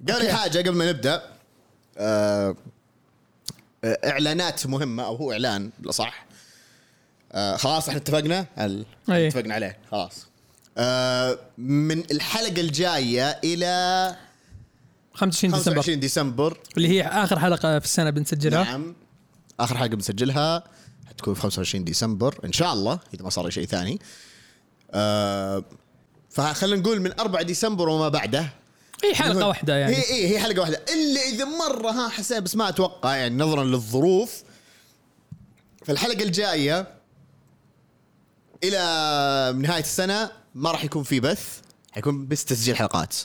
قال لي حاجة قبل ما نبدأ. إعلانات مهمة، أو هو إعلان بالأصح. خلاص احنا اتفقنا اتفقنا عليه خلاص. من الحلقة الجاية إلى 25 ديسمبر اللي هي آخر حلقة في السنة بنسجلها. نعم آخر حلقة بنسجلها حتكون في 25 ديسمبر إن شاء الله إذا ما صار شيء ثاني. فخلنا نقول من 4 ديسمبر وما بعده هي حلقة واحدة يعني. هي حلقة واحدة إلا إذا مرة حسين، بس ما أتوقع يعني نظرا للظروف. فالحلقة الجاية إلى نهاية السنة ما راح يكون في بث، حيكون بس تسجيل حلقات.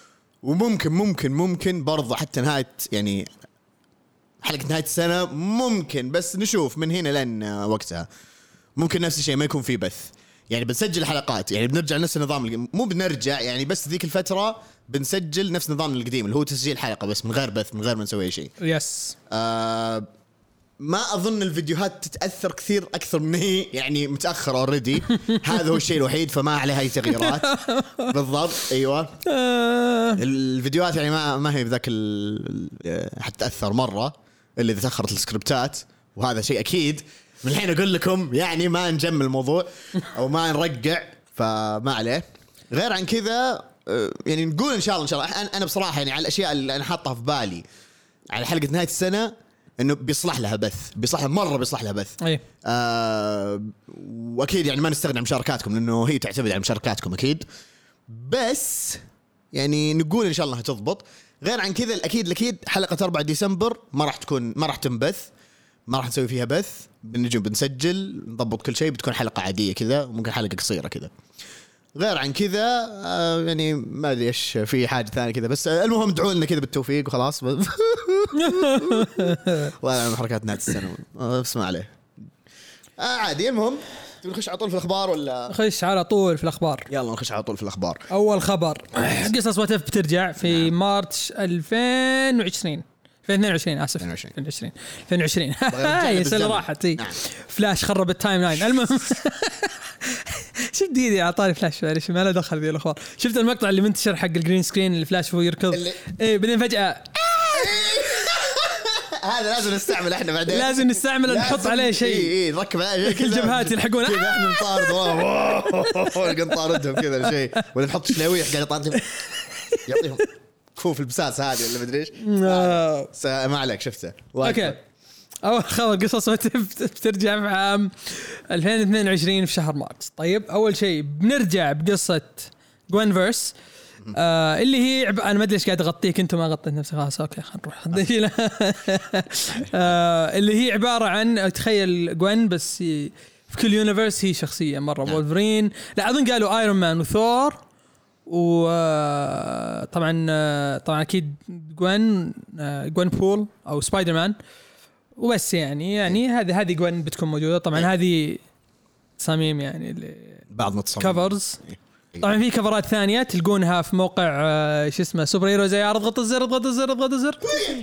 وممكن برضه حتى نهاية يعني حلقة نهاية السنة ممكن، بس نشوف من هنا لين وقتها. ممكن نفس الشيء ما يكون في بث، يعني بنسجل حلقات، يعني بنرجع نفس النظام، مو بنرجع يعني، بس ذيك الفترة بنسجل نفس النظام القديم اللي هو تسجيل حلقة بس من غير بث، من غير ما نسوي شيء. يس. ما أظن الفيديوهات تتأثر كثير أكثر من هي يعني متأخر أوريدي. هذا هو الشيء الوحيد، فما عليها أي تغييرات. بالضبط أيوة. الفيديوهات يعني ما هي بذاك حتتأثر مرة اللي إذا تأخرت السكريبتات، وهذا شيء أكيد. من الحين أقول لكم يعني ما نجمل الموضوع أو ما نرجع، فما عليه. غير عن كذا يعني نقول إن شاء الله أنا بصراحة يعني على الأشياء اللي أنا حاطها في بالي على حلقة نهاية السنة إنه بيصلح لها بث، بيصلح لها بث. أيه. وأكيد يعني ما نستغني عن مشاركاتكم لأنه هي تعتمد على مشاركاتكم أكيد. بس يعني نقول إن شاء الله هتضبط. غير عن كذا الأكيد حلقة 4 ديسمبر ما راح تنبث، ما راح نسوي فيها بث. بنجي بنسجل نضبط كل شيء، بتكون حلقة عادية كذا، ممكن حلقة قصيرة كذا. غير عن كذا يعني ما ادري ايش في حاجه ثانيه كذا، بس المهم ادعوا لنا كذا بالتوفيق وخلاص. والله حركات نهايه السنه بس ما عليه. عادي. المهم تبي نخش على طول في الاخبار ولا نخش على طول في الاخبار؟ يلا نخش على طول في الاخبار. اول خبر قصص واتف بترجع في مارس 2022 اسف 2020 هاي السنه راحت. فلاش خرب التايم لاين. المهم شفت دي اعطاني فلاش ما له دخل في الاخبار. شفت المقطع اللي منتشر حق الجرين سكرين الفلاش هو يركض ايه بعدين فجاه هذا لازم نستعمل احنا بعدين، لازم نستعمل نحط عليه شيء نركب عليه كل جبهات يلحقون كذا احنا نطارد نطاردهم كذا شيء، ولا نحط شلاويح قاعد يطارد يعطيهم كوف البساس هذه ولا مدري ايش. ما عليك شفته. اوكي أول خبر قصص بترجع في عام 2022 في شهر مارس. طيب أول شيء بنرجع بقصة جوينفيرس اللي هي أنا ما أدري إيش قاعد أغطيك أنتم ما غطيت نفسي خلاص. أوكي خلينا نروح. اللي هي عبارة عن تخيل جوين بس في كل يونيفرس هي شخصية مرة وولفرين، لا أظن قالوا آيرون مان وثور وطبعا أكيد جوين بول أو سبايدر مان وبس. يعني هذه جوين بتكون موجودة. طبعا هذه صميم يعني اللي بعض متصمم كفرز. طبعا في كفرات ثانية تلقونها في موقع شو اسمه سوبر هيرو زي اضغط الزر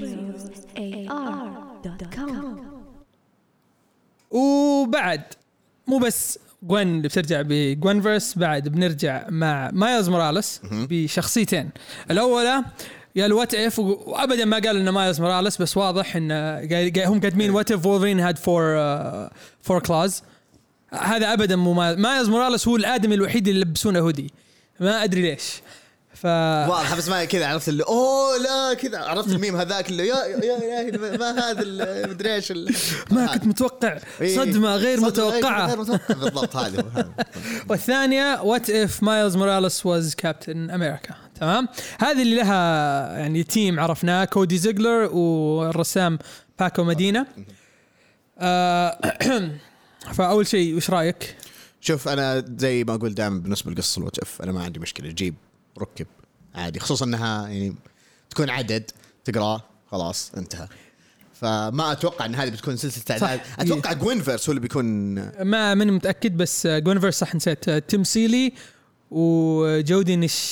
وبعد مو بس جوين اللي بترجع بجوينفيرس، بعد بنرجع مع مايلز موراليس بشخصيتين. الأولى يا الوات اف، وابدا ما قال انه مايلز موراليس، بس واضح ان هم قادمين وات اف وولفرين هاد فور كلاز. هذا ابدا مو مايلز موراليس، هو الادمي الوحيد اللي يلبسونه هودي ما ادري ليش. واضح بس ما كذا عرفت اللي لا كذا عرفت الميم هذاك اللي يا ما هذا المدري ايش ما كنت متوقع صدمه غير متوقعه. بالضبط هذا. والثانيه وات اف مايلز موراليس واز كابتن امريكا. تمام. هذه اللي لها يعني تيم عرفناه كودي زيجلر والرسام باكو مدينة. فأول شيء وش رأيك؟ شوف أنا زي ما أقول دائما بالنسبة لقصة الوات اف أنا ما عندي مشكلة، جيب ركب عادي، خصوصا أنها يعني تكون عدد تقرأ خلاص انتهى. فما أتوقع أن هذه بتكون سلسلة تعداد. أتوقع جوينفيرس هو اللي بيكون ما من متأكد، بس جوينفيرس صح نسيت تمثيلي وجودي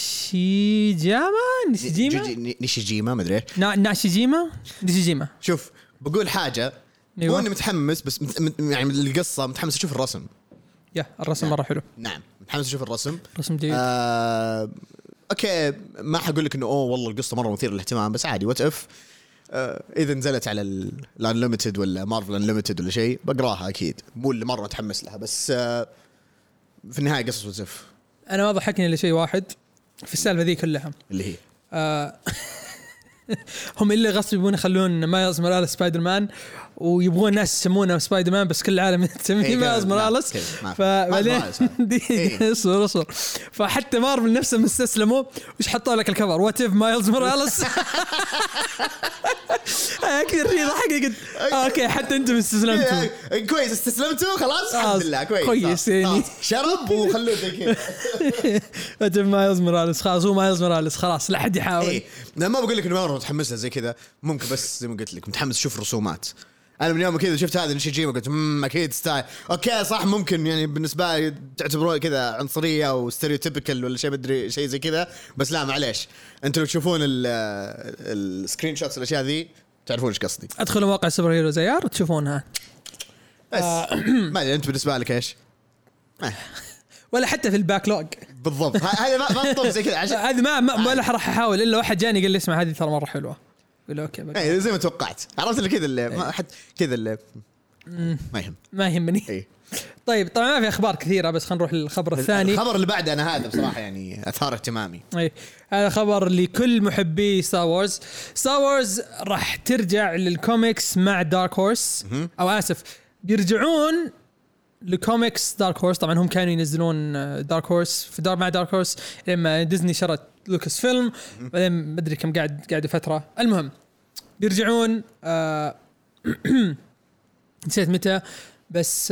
نيشيجيما ما ادري نيشيجيما. شوف بقول حاجه أيوة. وانا متحمس بس يعني القصه متحمس اشوف الرسم. الرسم مره حلو. نعم متحمس اشوف الرسم جيد. اوكي ما حقول لك انه والله القصه مره مثيره للاهتمام، بس عادي وات اف اذا نزلت على الانليمتد ولا مارفل انليمتد ولا شيء بقراها اكيد، مو اللي مره متحمس لها، بس في النهايه قصه وات اف. انا ما ضحكني الا شيء واحد في السالفه ذي كلها، اللي هي هم اللي غصب يبون يخلون مايلز موراليس سبايدر مان، ويبغون الناس يسمونه سبايدر مان بس كل العالم تسميه مايلز موراليس. فبعدين اصبر فحتى مارفل نفسهم استسلموا، وش حطوا لك الكفر وات اف مايلز موراليس. كثير يضحك، قلت اوكي حتى انتم استسلمتوا. كويس استسلمتوا خلاص الحمد لله كويس يعني شرب وخلوه زي كذا. وات اف مايلز موراليس خلاص، هو مايلز موراليس خلاص لا حد يحاول. انا ما بقول لك انه مره متحمس له زي كذا، ممكن بس زي ما قلت لك متحمس اشوف رسومات. انا من يوم كذا شفت هذا نيشيجيما قلت اكيد ستايل اوكي صح، ممكن يعني بالنسبه لي تعتبروه كذا عنصريه او ستيريوتيبيكال ولا شيء بدري شيء زي كذا، بس لا معليش انتوا لو تشوفون السكرين شوتس الاشياء ذي تعرفون ايش قصدي. ادخلوا موقع سوبر هيرو زيار تشوفونها بس ما ادري انت بالنسبه لك ايش ولا حتى في الباكلوج بالضبط. هذا ما طب زي كذا عشان هذه ما ولا راح احاول الا واحد جاني قال لي اسمع هذه ترى مره حلوه، قال اوكي اي زي ما توقعت، عرفت اللي كذا اللي حد كذا اللي ما يهمني. طيب طبعا ما في اخبار كثيره، بس خلينا نروح للخبر الثاني. الخبر اللي بعده انا هذا بصراحه يعني اثار اهتمامي. هذا خبر لكل محبي ستار وورز. ستار وورز راح ترجع للكوميكس مع دارك هورس، او اسف بيرجعون لكوميكس دارك هورس. طبعا هم كانوا ينزلون دارك هورس في مع دارك هورس لما ديزني شرت لوكاس فيلم، بعدين ما ادري كم قاعد فتره. المهم بيرجعون نسيت متى، بس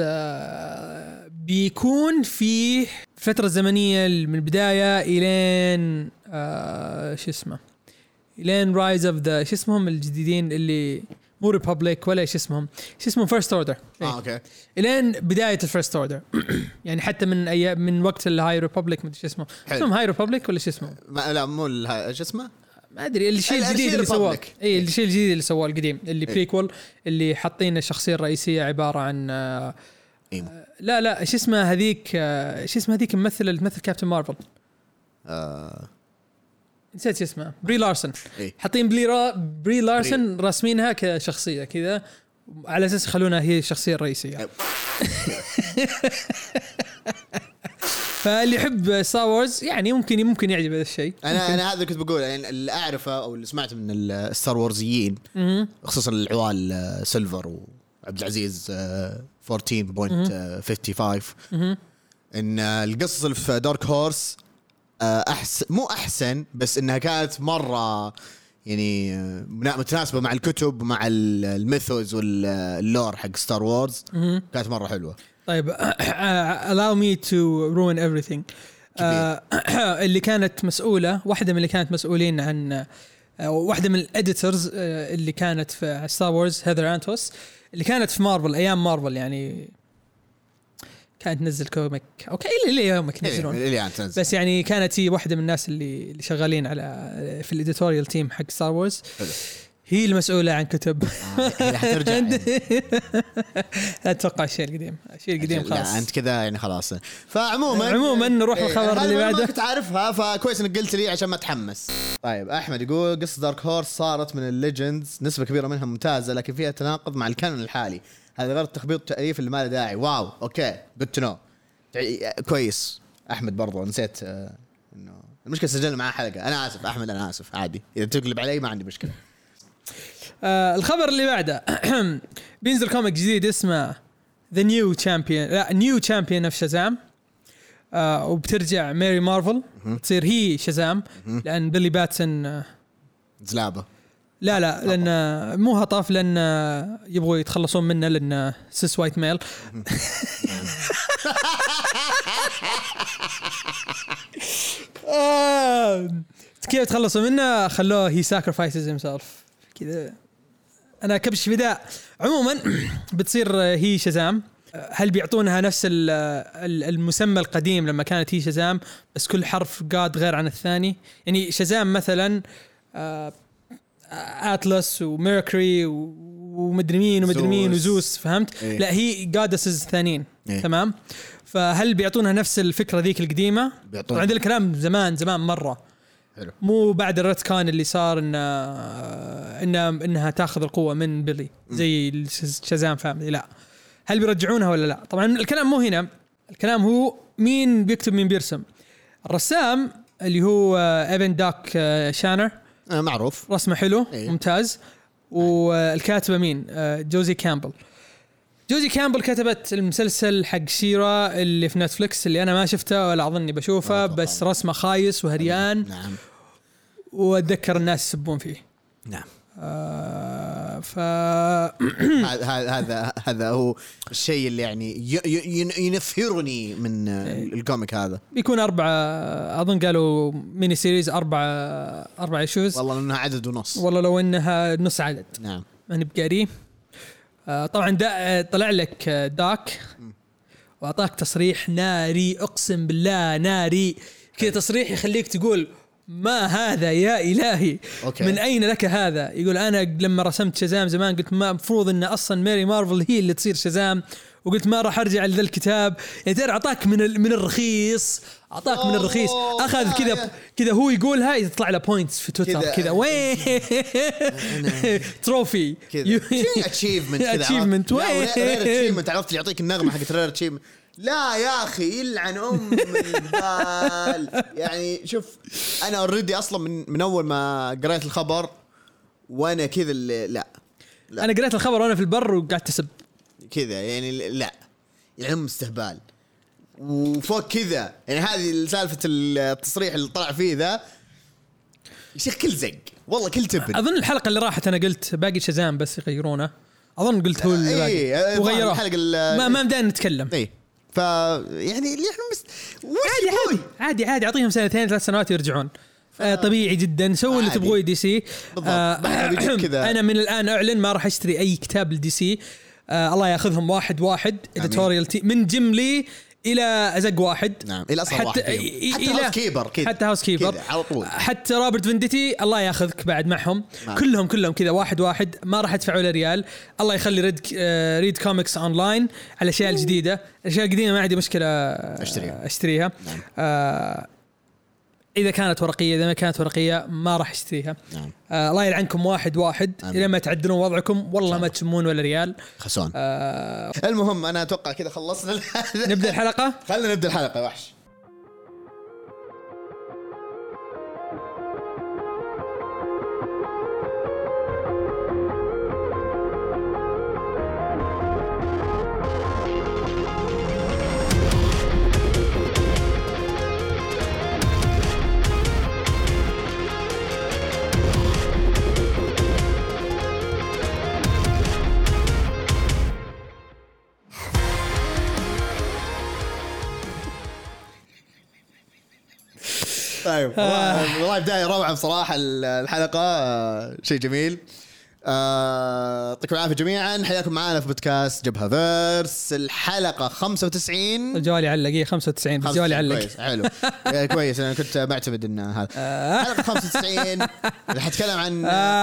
بيكون في فترة زمنية من البداية إلين شو اسمه إلين رايز اوف ذا شو اسمهم الجديدين اللي مو ريبابليك ولا شو اسمهم فيرست اوردر. اوكي إلين بداية الفيرست اوردر. يعني حتى من وقت الهاي ريبابليك ما ادري شو اسمه هاي ريبابليك ولا شو اسمه لا مو شو اسمه ما ادري الشيء الجديد اللي سواه. الشيء الجديد اللي سواه القديم اللي بريكول اللي حاطين الشخصيه الرئيسيه عباره عن لا شو اسمه هذيك الممثل كابتن مارفل نسيت اسمه بري لارسن. حاطين بري لارسن راسمينها كشخصيه كذا على اساس يخلونها هي الشخصيه الرئيسيه. فاللي يحب ستار وورز يعني ممكن يعجب هذا الشيء. انا هذا كنت بقول يعني اللي اعرفه او اللي سمعته من الستار وورزيين خصوصا العوال سيلفر وعبد العزيز 14.55 ان القصص اللي في دارك هورس مو احسن بس انها كانت مره يعني متناسبه مع الكتب ومع الميثودز واللور حق ستار وورز، كانت مره حلوه. طيب allow me to ruin everything. اللي كانت مسؤولة واحدة من اللي كانت مسؤولين عن واحدة من الاديتورز اللي كانت في ستار وورز هيذر أنتوس اللي كانت في مارفل أيام مارفل يعني كانت تنزل كوميك اوكي اللي يومك ينزلون بس يعني كانت هي واحدة من الناس اللي شغالين على في الاديتوريال تيم حق ستار وورز. هي المسؤولة عن كتب. حترجع لا تتوقع الشيء القديم خلاص. لا أنت كذا يعني خلاص. فعموما نروح للخبر اللي بعده. ما كنت عارفها فكويس إنك قلت لي عشان ما أتحمس. طيب أحمد يقول قصة دارك هورس صارت من الليجندز نسبة كبيرة منها ممتازة لكن فيها تناقض مع الكانون الحالي. هذا غير التخبيط التأليف اللي ما له داعي. واو أوكي good to know. كويس أحمد برضو نسيت إنه المشكلة سجلنا معاه حلقة. أنا آسف أحمد أنا آسف عادي إذا تقلب علي ما عندي مشكلة. الخبر اللي بعده بينزل كوميك جديد اسمه The New Champion of Shazam. وبترجع ماري مارفل تصير هي شازام لأن بيلي باتسون زلابة. لا لأن مو هطاف لأن يبغوا يتخلصون منه لأن سيس وايت ميل. كيف يتخلصوا منه خلوه he sacrifices himself كذا. أنا كبش فداء. عموما بتصير هي شازام. هل بيعطونها نفس المسمى القديم لما كانت هي شازام بس كل حرف قاد غير عن الثاني؟ يعني شازام مثلا أتلس وميركوري ومدري مين وزوس فهمت؟ إيه. لا هي قادسز ثانيين. إيه. تمام. فهل بيعطونها نفس الفكرة ذيك القديمة؟ عند الكلام زمان مرة حلو. مو بعد الرتكان اللي صار انها تاخذ القوه من بيلي زي شازام فاميلي. لا، هل بيرجعونها ولا لا؟ طبعا الكلام مو هنا، الكلام هو مين بيكتب مين بيرسم. الرسام اللي هو ايفن داك شانر معروف، رسمه حلو ممتاز. والكاتبه مين؟ جوزي كامبل. جوزي كامبل كتبت المسلسل حق شيرا اللي في نتفليكس اللي انا ما شفته ولا اظني بشوفه، بس رسمه خايس وهريان. نعم. واتذكر الناس يسبون فيه. نعم. هذا هو الشيء اللي يعني ينفرني من الكوميك هذا. بيكون 4 اظن قالوا ميني سيريز 4 ايشوز. والله انها عدد ونص، والله لو انها نص عدد. نعم. انا بقاري. طبعا طلع لك داك واعطاك تصريح ناري، اقسم بالله ناري كذا، تصريح يخليك تقول ما هذا يا إلهي. أوكي. من أين لك هذا؟ يقول أنا لما رسمت شازام زمان قلت ما مفروض إن أصلا ماري مارفل هي اللي تصير شازام، وقلت ما راح أرجع لذا الكتاب. يعني ترى أعطاك من الرخيص، أعطاك من الرخيص. أخذ كذا هو يقولها يطلع له بوينتس في تويتر كذا وين تروفي أتشيفمنت وين عرفت يعطيك النغمة حقت رير أتشيفمنت. لا يا أخي يلعن البال. يعني شوف أنا أوريدي أصلا من أول ما قرأت الخبر وأنا كذا لا أنا قرأت الخبر وأنا في البر وقعدت أسب كذا يعني لا يعني استهبال. وفوق كذا يعني هذه سالفة التصريح اللي طلع فيه ذا يا شيخ كل زق والله كل تبن. أظن الحلقة اللي راحت أنا قلت باقي شازام بس يغيرونه، أظن قلت هو اللي باقي وغيروه. ما بدأنا نتكلم. يعني اللي احنا عادي اعطيهم 2-3 سنوات يرجعون. طبيعي جدا. سووا اللي تبغوه دي سي. انا من الان اعلن ما راح اشتري اي كتاب لدي سي. الله ياخذهم واحد اديتوريال من جيملي الى ازق واحد. نعم. الى اصغر واحد حتى هاوس كيبر كذا، حتى هاوس كيبر على طول، حتى روبرت فينديتي الله ياخذك بعد معهم. نعم. كلهم كذا واحد ما راح ادفعوا له ريال. الله يخلي ريد كوميكس اونلاين على الاشياء الجديده. الاشياء القديمه ما عندي مشكله اشتريها. نعم. اذا كانت ورقيه، اذا ما كانت ورقيه ما راح اشتريها. نعم. الله يلعنكم واحد الى ما تعدلون وضعكم والله ما تشمون ولا ريال خسون. المهم انا اتوقع كذا خلصنا. نبدا الحلقه. خلينا نبدا الحلقه يا وحش. طيب والله بداية روعة بصراحة الحلقة. شيء جميل. يعطيكم العافية جميعا. حياكم معنا في بودكاست جبهة فيرس الحلقة 95. الجوال يعلق 95 الجوال يعلق. كويس حلو. كويس أنا كنت بعتمد إن هذا حلقة 95 اللي حتكلم عن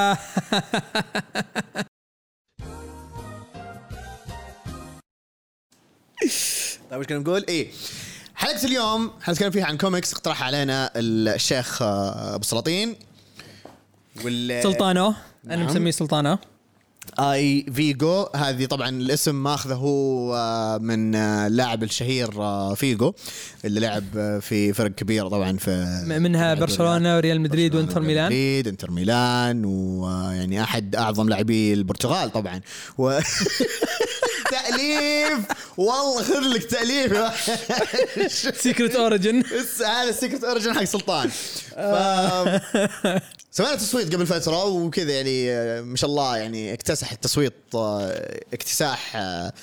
طيب وش كنا نقول؟ إيه حلقة اليوم حنتكلم فيها عن كوميكس اقترح علينا الشيخ أبو سلاطين سلطانو. أنا مسميه سلطانو. اي فيجو. هذه طبعا الاسم ماخذه من اللاعب الشهير فيجو اللي لعب في فرق كبيرة طبعا في منها برشلونة وريال مدريد وانتر ميلان ويعني احد اعظم لاعبي البرتغال طبعا تأليف والله خذ لك تأليف سيكريت اوريجن. هذا السيكريت اوريجن حق سلطان. سوينا تصويت قبل فترة وكذا يعني ما شاء الله يعني اكتسح التصويت اكتساح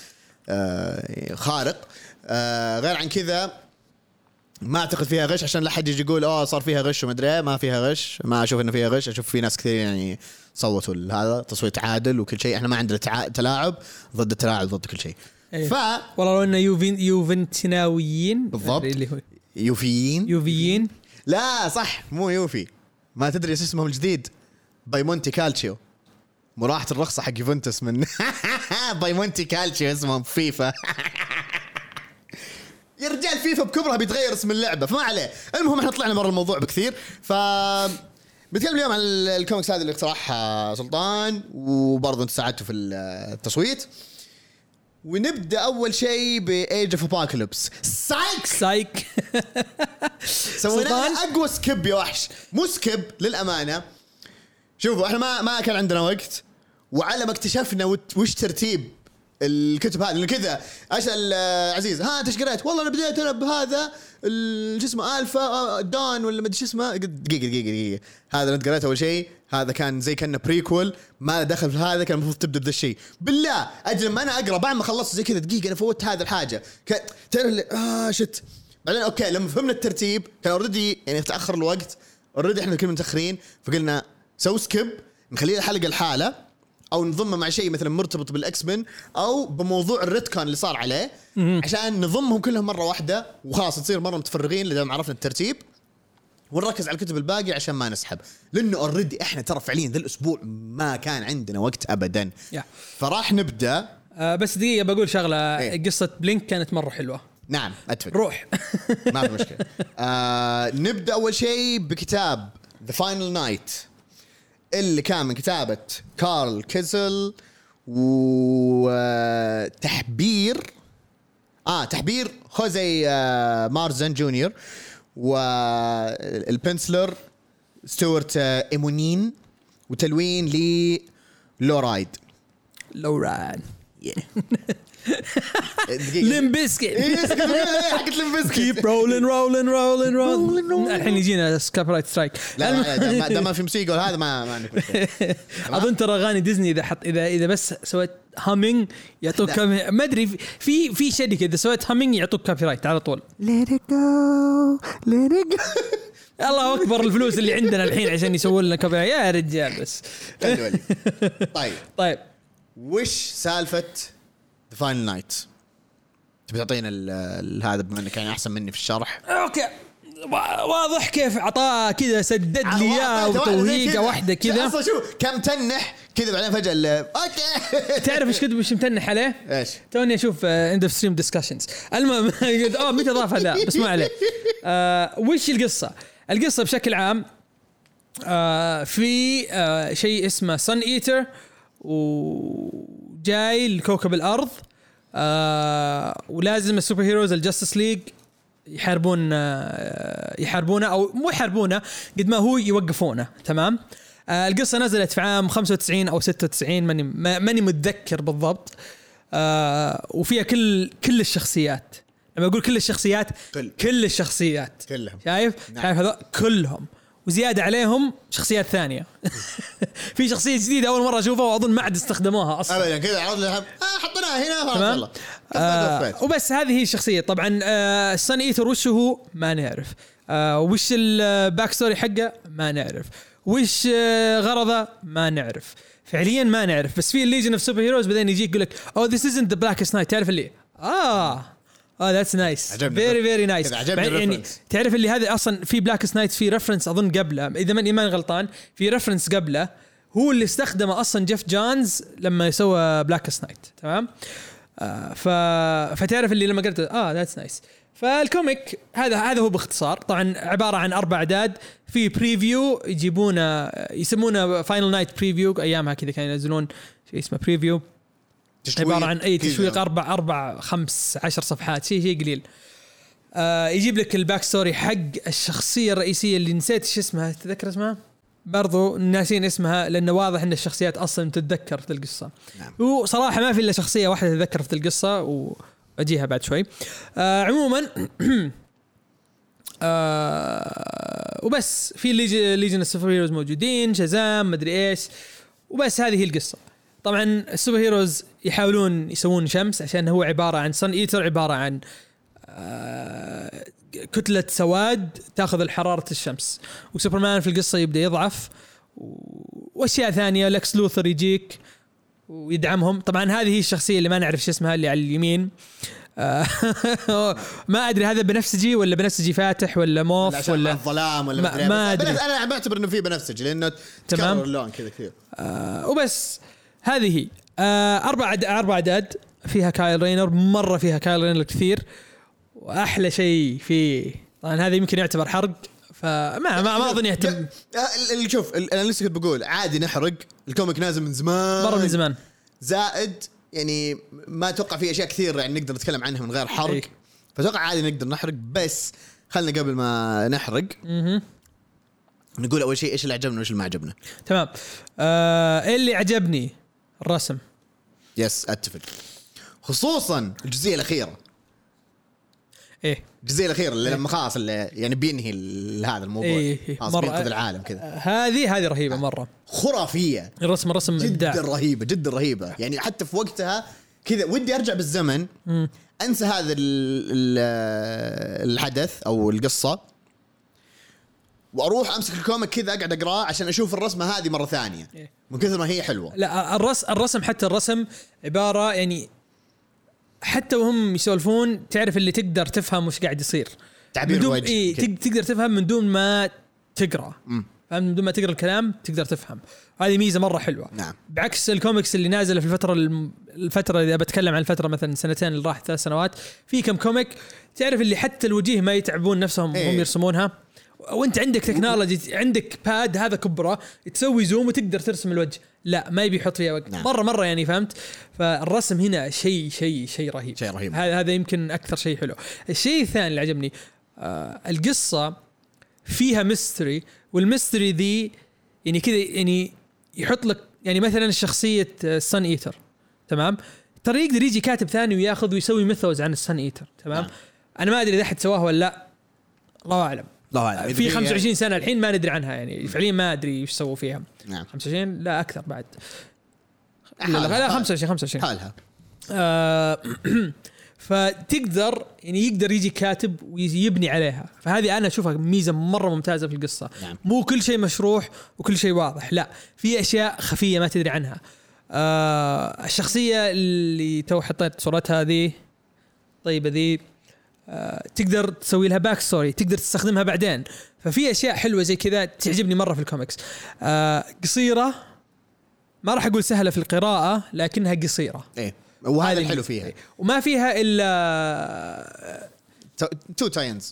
خارق. غير عن كذا ما اعتقد فيها غش عشان لا حد يجي يقول صار فيها غش وما ادري. ما فيها غش. ما اشوف انه فيها غش. اشوف في ناس كثير يعني صوتوا هذا تصويت عادل وكل شيء. احنا ما عندنا تلاعب ضد التلاعب ضد كل شيء. والله لو انه يوفنتيناويين بالضبط اللي هو يوفيين لا صح مو يوفي. ما تدري ايش اسمهم الجديد؟ بايمونتي كالتشيو. مراحة الرخصة حق يوفنتوس من بايمونتي كالتشيو اسمهم فيفا. يا رجال فيفا بكبرها بيتغير اسم اللعبه فما عليه. المهم احنا طلعنا برا الموضوع بكثير. بنتكلم اليوم عن الكوميكس هذه اللي اقترحها سلطان وبرضه انت ساعدته في التصويت. ونبدا اول شيء بايج اوف ابوكاليبس. سايك سوينا اقوى سكيب يا وحش. مو سكيب للامانه. شوفوا احنا ما كان عندنا وقت وعلى ما اكتشفنا وش ترتيب الكتب هذه كذا اسال عزيز ها انت ايش قريت؟ والله انا بديت انا بهذا شو اسمه الفا دون ولا ما ادري شو اسمه. دقيقه هذا انت قريته اول شيء هذا كان زي كانه بريكول ما دخل في هذا كان المفروض تبدا بذا الشيء. بالله اجل ما انا اقرا بعد ما خلصت زي كذا دقيقه انا فوتت هذا الحاجه تعرف شت بعدين اوكي لما فهمنا الترتيب كان اوريدي يعني تاخر الوقت اوريدي احنا كنا متاخرين فقلنا سو سكيب نخلي الحلقه الحاله او نضمه مع شيء مثلا مرتبط بالاكس مان او بموضوع الريتكون اللي صار عليه عشان نضمهم كلهم مره واحده وخلاص تصير مره متفرغين اذا ما عرفنا الترتيب ونركز على الكتب الباقي عشان ما نسحب لانه اوريدي احنا ترى فعليا ذا الاسبوع ما كان عندنا وقت ابدا فراح نبدا. بس دقيقه بقول شغله قصه بلينك كانت مره حلوه. نعم اتفق روح ما في مشكله. نبدا اول شيء بكتاب The Final Night اللي كان من كتابة كارل كيزل وتحبير تحبير خوزي مارزن جونيور والبنسلر ستوارت إيمونين وتلوين لي لورايد لمبسكت حقت لمبسكت كيب رولين الحين يجينا سكابرايت سترايك. لا ما في موسيقى هذا ما اظن ترى اغاني ديزني اذا بس سويت هامينج يعطوك ما ادري في شركه اذا سويت هامينج يعطوك كوبي رايت على طول. let it go الله اكبر الفلوس اللي عندنا الحين عشان يسوون لنا كوبي يا رجال بس. طيب وش سالفه The Final Night؟ تبي تعطينا هذا بما انك يعني احسن مني في الشرح. اوكي واضح كيف عطاه كذا سدد لي اياه وتوهيقه واحده كذا اصلا شوف كم تنح كذا بعدين فجاه اوكي تعرف ايش كنت مش متنح عليه؟ ايش توني اشوف اند اوف ستريم ديسكشنز. المهم متى ضاف هذا بس ما عليه. وش القصه بشكل عام في شيء اسمه سن ايتر وجاي لكوكب الأرض ولازم السوبر هيروز الجاستس ليج يحاربونه أو مو يحاربونه قد ما هو يوقفونه. تمام. القصة نزلت في عام 95 أو 96 ماني متذكر بالضبط. وفيها كل الشخصيات. لما أقول كل الشخصيات كل الشخصيات كلهم شايف هذا كلهم وزيادة عليهم شخصيات ثانية. في شخصية جديدة أول مرة أشوفها وأظن ما عاد استخدموها أصلاً أبداً كذا عرض لها حطيناها هنا والله. وبس هذه هي الشخصية. طبعاً السن إيتر وش هو ما نعرف. وش الباك ستوري حقه ما نعرف. وش غرضه ما نعرف فعلياً ما نعرف. بس في الليجن اوف سوبر هيروز بعدين يجيك يقول لك oh this isn't the blackest night. تعرف اللي that's nice very nice. يعني تعرف اللي هذا اصلا في بلاكست نايت في ريفرنس اظن قبله اذا ماني غلطان في ريفرنس قبله هو اللي استخدمه اصلا جيف جونز لما يسوى بلاكست نايت. تمام. فتعرف اللي لما قلت that's nice. فالكوميك هذا هو باختصار. طبعا عباره عن 4 أعداد في بريفيو يجيبونه يسمونه فاينل نايت بريفيو. ايامها كذا كانوا ينزلون شيء اسمه بريفيو عبارة عن أي تشويق 4 5 10 صفحات شيء قليل. يجيب لك الباك ستوري حق الشخصية الرئيسية اللي نسيت ايش اسمها. تذكر اسمها برضو ناسين اسمها لأنه واضح أن الشخصيات أصلا تتذكر في القصة. نعم. وصراحة ما في إلا شخصية واحدة تتذكر في القصة وأجيها بعد شوي. عموما وبس في ليجن السوبر هيروز موجودين شازام مدري إيش وبس هذه هي القصة. طبعا السوبر هيروز يحاولون يسوون شمس عشان هو عبارة عن سن إيتر عبارة عن كتلة سواد تأخذ الحرارة الشمس. وسوبرمان في القصة يبدأ يضعف وأشياء ثانية. لكس لوثر يجيك ويدعمهم. طبعا هذه هي الشخصية اللي ما نعرف شو اسمها اللي على اليمين. ما أدري هذا بنفسجي ولا بنفسجي فاتح ولا موف ولا الظلام ولا ما أدري. أنا بعتبر إنه فيه بنفسجي لأنه تكرر اللون كذا كثير. وبس هذه هي 4 أعداد فيها كايل رينر مرة فيها كايل رينر كثير واحلى شيء فيه طبعا هذا يمكن يعتبر حرق فما اظن يهتم. اللي شوف انا لسه كنت بقول عادي نحرق الكوميك نازل من زمان مره من زمان زائد يعني ما اتوقع في اشياء كثير يعني نقدر نتكلم عنها من غير حرق إيه. فاتوقع عادي نقدر نحرق بس خلنا قبل ما نحرق نقول اول شيء ايش اللي عجبنا وايش اللي ما عجبنا. تمام. اللي عجبني الرسم يس اتفق خصوصا الجزئيه الاخيره. ايه الجزئيه الاخيره اللي لما خلاص اللي يعني بينهي هذا الموضوع مرة بينقذ العالم كذا هذه رهيبه مره خرافيه. الرسم جدا رهيبه جدا رهيبه يعني حتى في وقتها كذا ودي ارجع بالزمن انسى هذا الحدث او القصه واروح امسك الكوميك كذا اقعد اقراه عشان اشوف الرسمه هذه مره ثانيه من كثر ما هي حلوه. لا الرسم حتى الرسم عباره يعني حتى وهم يسولفون تعرف اللي تقدر تفهم وش قاعد يصير تعبير الوجه تقدر تفهم من دون ما تقرا من دون ما تقرا الكلام تقدر تفهم. هذه ميزه مره حلوه. نعم. بعكس الكوميكس اللي نازله في الفتره اذا بتكلم عن الفتره مثلا سنتين اللي راح 3 سنوات في كم كوميك تعرف اللي حتى الوجيه ما يتعبون نفسهم هم يرسمونها وانت عندك تكنولوجي عندك باد هذا كبره تسوي زوم وتقدر ترسم الوجه لا ما يبي يحط فيها وقت. نعم. مره يعني فهمت. فالرسم هنا شيء رهيب. هذا يمكن اكثر شيء حلو. الشيء الثاني اللي عجبني القصه فيها ميستري والميستري ذي يعني كذا يعني يحط لك يعني مثلا الشخصيه سان ايتر تمام ترى يقدر يجي كاتب ثاني وياخذ ويسوي ميثوز عن السان ايتر تمام. انا ما ادري اذا احد سواها ولا لا الله اعلم في 25 سنه الحين ما ندري عنها يعني فعليا ما ادري ايش سووا فيها. نعم. 25 لا اكثر بعد لا 25 حالها فتقدر يعني يقدر يجي كاتب ويبني عليها. فهذه انا اشوفها ميزه مره ممتازه في القصه. نعم. مو كل شيء مشروح وكل شيء واضح لا في اشياء خفيه ما تدري عنها. الشخصيه اللي تو حطيت صورتها ذي طيبه ذي تقدر تسوي لها باك ستوري تقدر تستخدمها بعدين. ففي اشياء حلوه زي كذا تعجبني مره في الكوميكس. قصيره ما راح اقول سهله في القراءه لكنها قصيره ايه وهذا الحلو فيها إيه. وما فيها الا 2 تاينز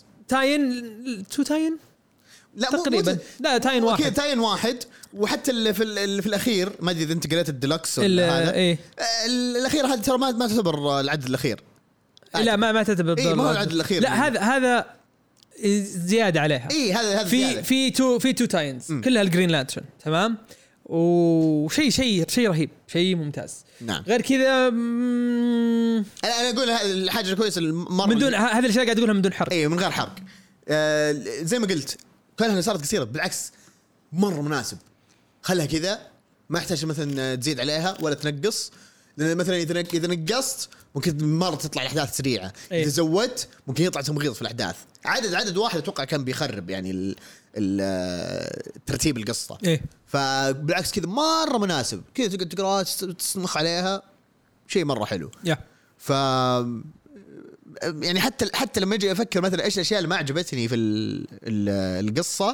لا تقريبا لا تاين واحد كذا تاين واحد وحتى اللي في الاخير ما ادري اذا انت قريت الديلكس ولا هذا إيه؟ الاخير هذا ترى ما تعتبر العدد الاخير لا ما تعتبر إيه ما هو العدد الاخير لا هذا زياده عليها. ايه هذا في 2 تاينز كلها الجرين لانترن تمام وشيء رهيب شيء ممتاز. نعم. غير كذا انا اقول الحاجه الكويسه من دون هذه الاشياء قاعد اقولها من دون حرق. ايه من غير حرق. زي ما قلت كانها صارت قصيره بالعكس مره مناسب. خلها كذا ما يحتاج مثلا تزيد عليها ولا تنقص لان مثلا اذا نقصت ممكن مره تطلع الاحداث سريعه. إيه؟ اذا زودت ممكن يطلع تمغيط في الاحداث. عدد واحد اتوقع كان بيخرب يعني ترتيب القصه. إيه؟ فبالعكس كذا مره مناسب كذا تقعد تقرا تسمخ عليها شيء مره حلو. ف يعني حتى لما اجي افكر مثلا ايش الاشياء اللي ما عجبتني في القصه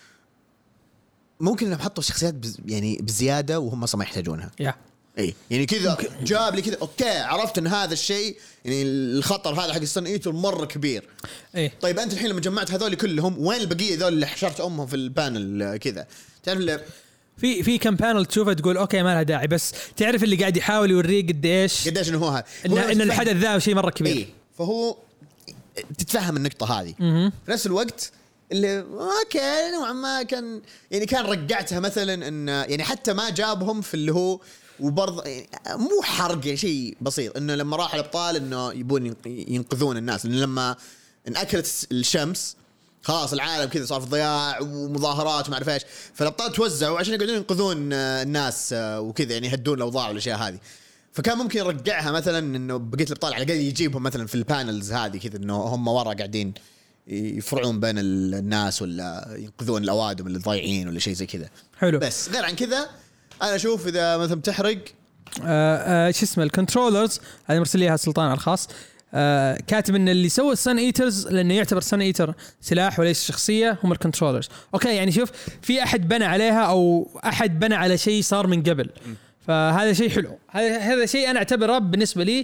ممكن انهم حطوا شخصيات يعني بزياده وهم اصلا ما يحتاجونها. اي يعني كذا جاب لي كذا اوكي عرفت ان هذا الشيء يعني الخطر هذا حق السن ايتر مره كبير. ايه طيب انت الحين لما جمعت هذول كلهم وين البقيه ذول اللي حشرت امهم في البانل كذا تعرف في كم بانل تشوفه تقول اوكي ما لها داعي بس تعرف اللي قاعد يحاول يوريك قديش انه هو هذا ان الحدث ذا شيء مره كبير. إيه فهو تتفهم النقطه هذه في نفس الوقت اللي اوكي نوعا ما كان رجعتها مثلا ان يعني حتى ما جابهم في اللي هو وبرضه مو حرق يعني شيء بسيط انه لما راح الابطال انه يبون ينقذون الناس لان لما انأكلت الشمس خلاص العالم كذا صار في ضياع ومظاهرات وما اعرف ايش فالابطال توزعوا عشان يقعدون ينقذون الناس وكذا يعني يهدون الاوضاع والاشياء هذه. فكان ممكن يرجعها مثلا انه بقيه الابطال على الاقل يجيبهم مثلا في البانلز هذه كذا انه هم ورا قاعدين يفرعون بين الناس ولا ينقذون الاوادم اللي ضايعين ولا شيء زي كذا. حلو. بس غير عن كذا انا اشوف اذا مثلا تحرق شو اسمه الكنترولرز هذه مرسل ليها سلطان على الخاص كاتب ان اللي سوى السن ايترز لانه يعتبر سن ايتر سلاح وليس شخصيه هم الكنترولرز. اوكي يعني شوف في احد بنى عليها او احد بنى على شيء صار من قبل فهذا شيء حلو. هذا شيء انا اعتبره بالنسبه لي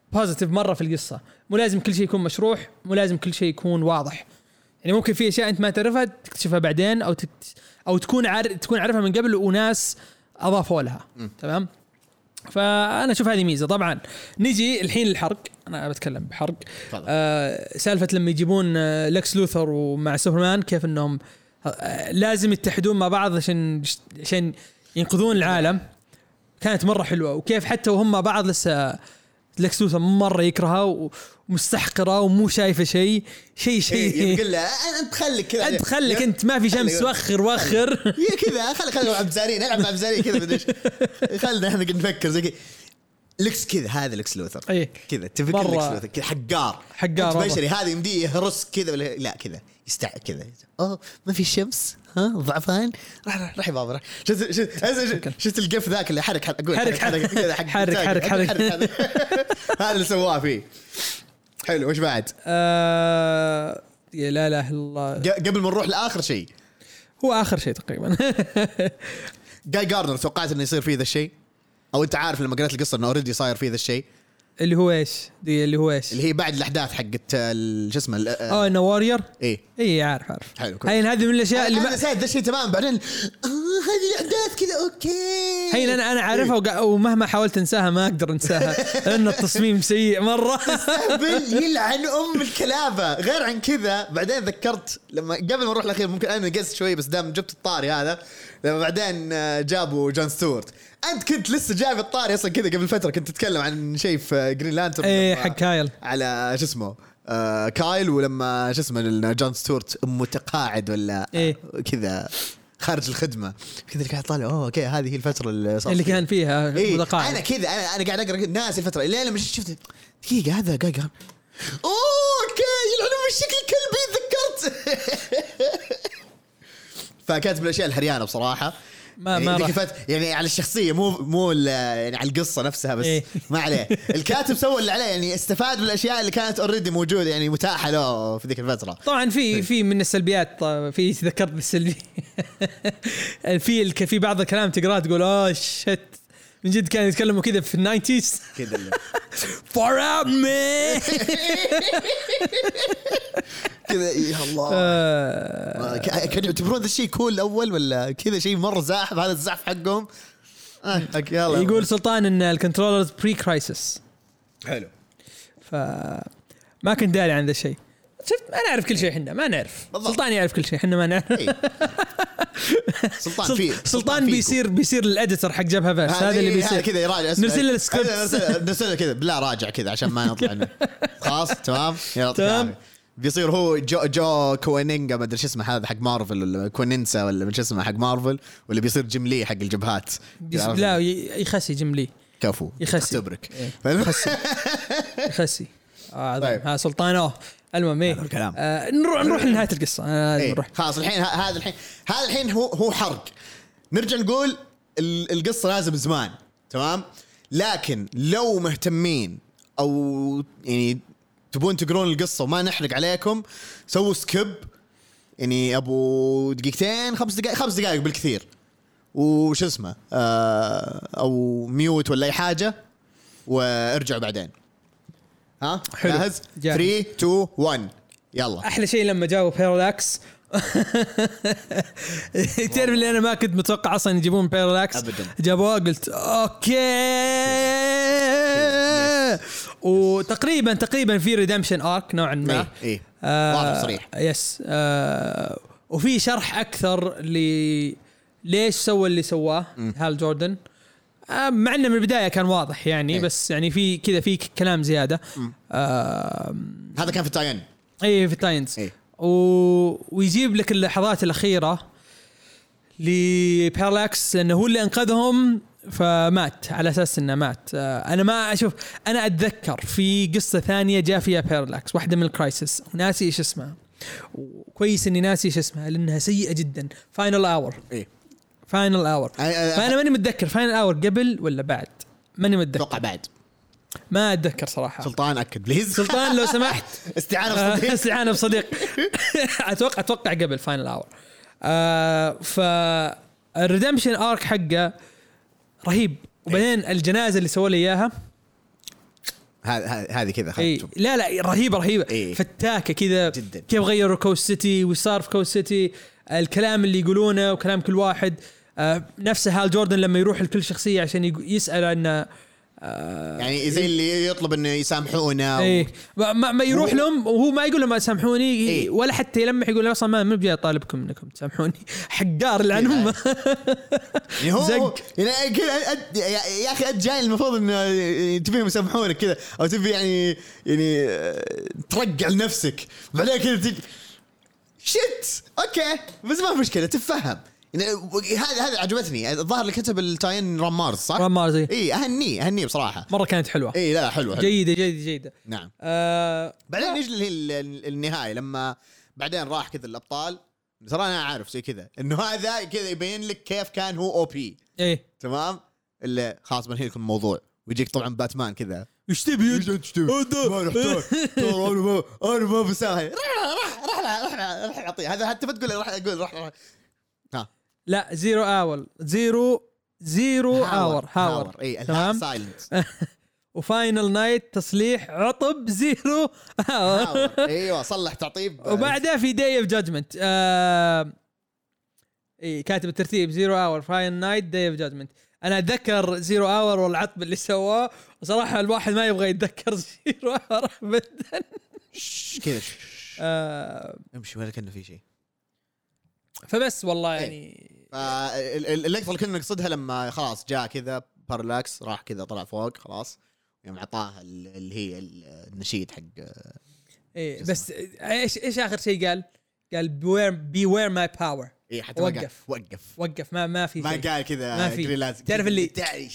بوزيتيف مره في القصه. مو لازم كل شيء يكون مشروح، مو لازم كل شيء يكون واضح. يعني ممكن في اشياء انت ما تعرفها تكتشفها بعدين، او تكون عارفها من قبل وناس اضافوا لها. تمام. فانا اشوف هذه ميزه. طبعا نيجي الحين للحرق، انا بتكلم بحرق. سالفه لما يجيبون لكس لوثر ومع سوبرمان، كيف انهم لازم يتحدون مع بعض عشان ينقذون العالم، كانت مره حلوه. وكيف حتى وهم مع بعض لسه لكس لوثر مره يكرهها ومستحقره ومو شايفه شيء يقول له انت خليك كذا، انت خليك انت ما في شمس، وخر هي كذا، خلي عبد الزارين نلعب مع بزارين كذا بدش، خلنا احنا نفكر زي لكس كذا. هذا لكس لوثر كذا تفكر لكس لوثر كذا حقار بشري، هذا يمديه يهرس كذا لا كذا كذا ما في شمس، ضعفان، راح يا بابا شفت القف ذاك اللي حرك هذا اللي سواه فيه حلو. وش بعد؟ يا لا اله الا الله. قبل ما نروح لاخر شيء، هو اخر شيء تقريبا جاي جاردنر، توقعت انه يصير فيه ذا الشيء؟ او انت عارف لما قرأت القصه انه اوريدي صاير فيه ذا الشيء اللي هو ايش؟ اللي هي بعد الاحداث حقت شو اسمه انه وارير. ايه عارف حلو. هذه من الاشياء اللي انا نسيت ذا الشيء تمام. بعدين هذه الاحداث كذا اوكي انا عارفها ومهما حاولت انساها ما اقدر انساها لان التصميم سيء مره. يلعن الكلابه. غير عن كذا بعدين ذكرت لما قبل ما نروح الاخير، ممكن انا نقصت شوي بس دام جبت الطاري هذا، لما بعدين جابوا جون ستيوارت. انت كنت لسه جايب الطاري اصلا كذا قبل فتره، كنت تتكلم عن شيء في جرين لانترن حق كايل، على شو اسمه كايل، ولما شو اسمه جون ستيوارت متقاعد ولا كذا خارج الخدمه كذا، اللي قاعد طالع اوكي هذه هي الفتره اللي كان فيها متقاعد. انا كذا انا قاعد اقرا ناس الفتره اللي لما شفت دقيقه هذا قاعد اوكي يلعنون بالشكل كلبي تذكرت. فكانت من الاشياء الهريانه بصراحه. ما يعني على الشخصيه مو يعني على القصه نفسها بس. ما عليه، الكاتب سوى اللي عليه، يعني استفاد من الاشياء اللي كانت اوريدي موجوده يعني متاحه له في ذيك الفتره. طبعا في من السلبيات، في ذكرت بالسلبي في بعض الكلام تقراه تقول شت من جد كانوا يتكلموا كذا في الناينتيز كذا far out man كذا. يا الله كانوا يعتبرون ذا الشيء كول الأول ولا كذا شيء مرة زاحف؟ هذا الزحف حقهم. يقول سلطان إن الكنترولرز بري كرايسيس. حلو. فما كنت داري عن ذا الشيء. شفت أنا أعرف كل شيء، إحنا ما نعرف. سلطان يعرف كل شيء، إحنا ما نعرف. سلطان بيصير الاديتور حق جبهة بس. هذا اللي بيصير كذا يراجع، نرسل السكريبت نرسل كذا بلا راجع كذا عشان ما نطلع منه. خلاص تمام تمام. بيصير هو جو كوينينجا ما ادري ايش اسمه هذا حق مارفل، ولا كوينينسا ولا مش اسمه حق مارفل، ولا بيصير جيم حق الجبهات. لا يخسي جيم كفو يخسي يخسي. طيب. ها سلطان المهم نروح لنهاية القصة. نروح خلاص الحين هذا الحين هو حرق. نرجع نقول القصة لازم زمان تمام، لكن لو مهتمين او يعني تبون تقرون القصة وما نحرق عليكم، سووا سكيب يعني ابو دقيقتين 5 دقائق بالكثير، وش اسمه او ميوت ولا اي حاجة، وارجعوا بعدين. ها جاهز 3 2 1 يلا. احلى شيء لما جابوا بيرلاكس تعرف اللي انا ما كنت متوقع اصلا يجيبون بيرلاكس ابدا، جابوه قلت اوكي. وتقريبا في ريدمشن ارك نوعا ما. واضح صريح. يس. وفي شرح اكثر ليش سوى اللي سواه هال جوردن، مع انه من البدايه كان واضح يعني. بس يعني في كذا في كلام زياده. هذا كان في التاين. في التاينز. ويجيب لك اللحظات الاخيره لبيرلاكس لانه هو اللي انقذهم، فمات على اساس انه مات. انا ما اشوف، انا اتذكر في قصه ثانيه جاء فيها بيرلاكس واحده من الكرايسيس، وناسي ايش اسمها، وكويس اني ناسي ايش اسمها لانها سيئه جدا. فاينل اور. فاينل اور. فانا ماني متذكر فاينل اور قبل ولا بعد، ماني متذكر. اتوقع بعد، ما اتذكر صراحه. سلطان اكد بليز. سلطان لو سمحت. استعانه بصديق. اتوقع قبل فاينل اور. فالريدمشن ارك حقه رهيب. وبعدين الجنازه اللي سووا لي اياها هذه كذا لا رهيبه إيه. فتاكه كذا جداً. كيف غيروا كوست سيتي وصار في كوست سيتي الكلام اللي يقولونه وكلام كل واحد. نفسه هال جوردن لما يروح لكل شخصيه عشان يسال عنه يعني زي اللي يطلب انه يسامحونه ايه ما يروح لهم وهو ما يقول لهم ما سامحوني إيه؟ ولا حتى يلمح يقول اصلا ما بجي اطالبكم انكم تسامحوني حقار لعنهم يعني هو يعني يا اخي انت جاي المفروض انه تبيهم يسامحونك كذا او تبي يعني ترجع لنفسك بعدين كذا شت اوكي بس ما في مشكله تفهم يعني هذا عجبتني. الظاهر اللي كتب التاين رامارز صح؟ رامارز اي اهنيه بصراحه مره كانت حلوه. اي لا حلوه جيده نعم. بعدين نجي للنهايه لما بعدين راح كذا الابطال. ترى انا عارف زي كذا انه هذا كذا يبين لك كيف كان هو او بي ايه تمام اللي خلاص بنهي لكم الموضوع ويجيك طبعا باتمان كذا ايش تبي ما نحتاج انا ما بساهل راح اعطيه هذا حتى بتقول راح ها لا زيرو اور اي تمام سايلنت وفاينل نايت تصليح عطب زيرو اور ايوه صلح تعطيب وبعدها في داي اوف جادجمنت اي كاتب الترتيب زيرو اور فاينل نايت داي اوف جادجمنت. انا اتذكر زيرو اور والعطب اللي سواه وصراحه الواحد ما يبغى يتذكر زيرو اور ابدا كذا امشي ولا كأنه في شيء. فبس والله يعني اللقطه اللي كنا نقصدها لما خلاص جاء كذا بارلاكس راح كذا طلع فوق خلاص يوم عطاها اللي هي النشيد حق ايه بس ايش اخر شيء قال beware my power. ايه حتى وقف ما في ما قال كذا ما في تعرف اللي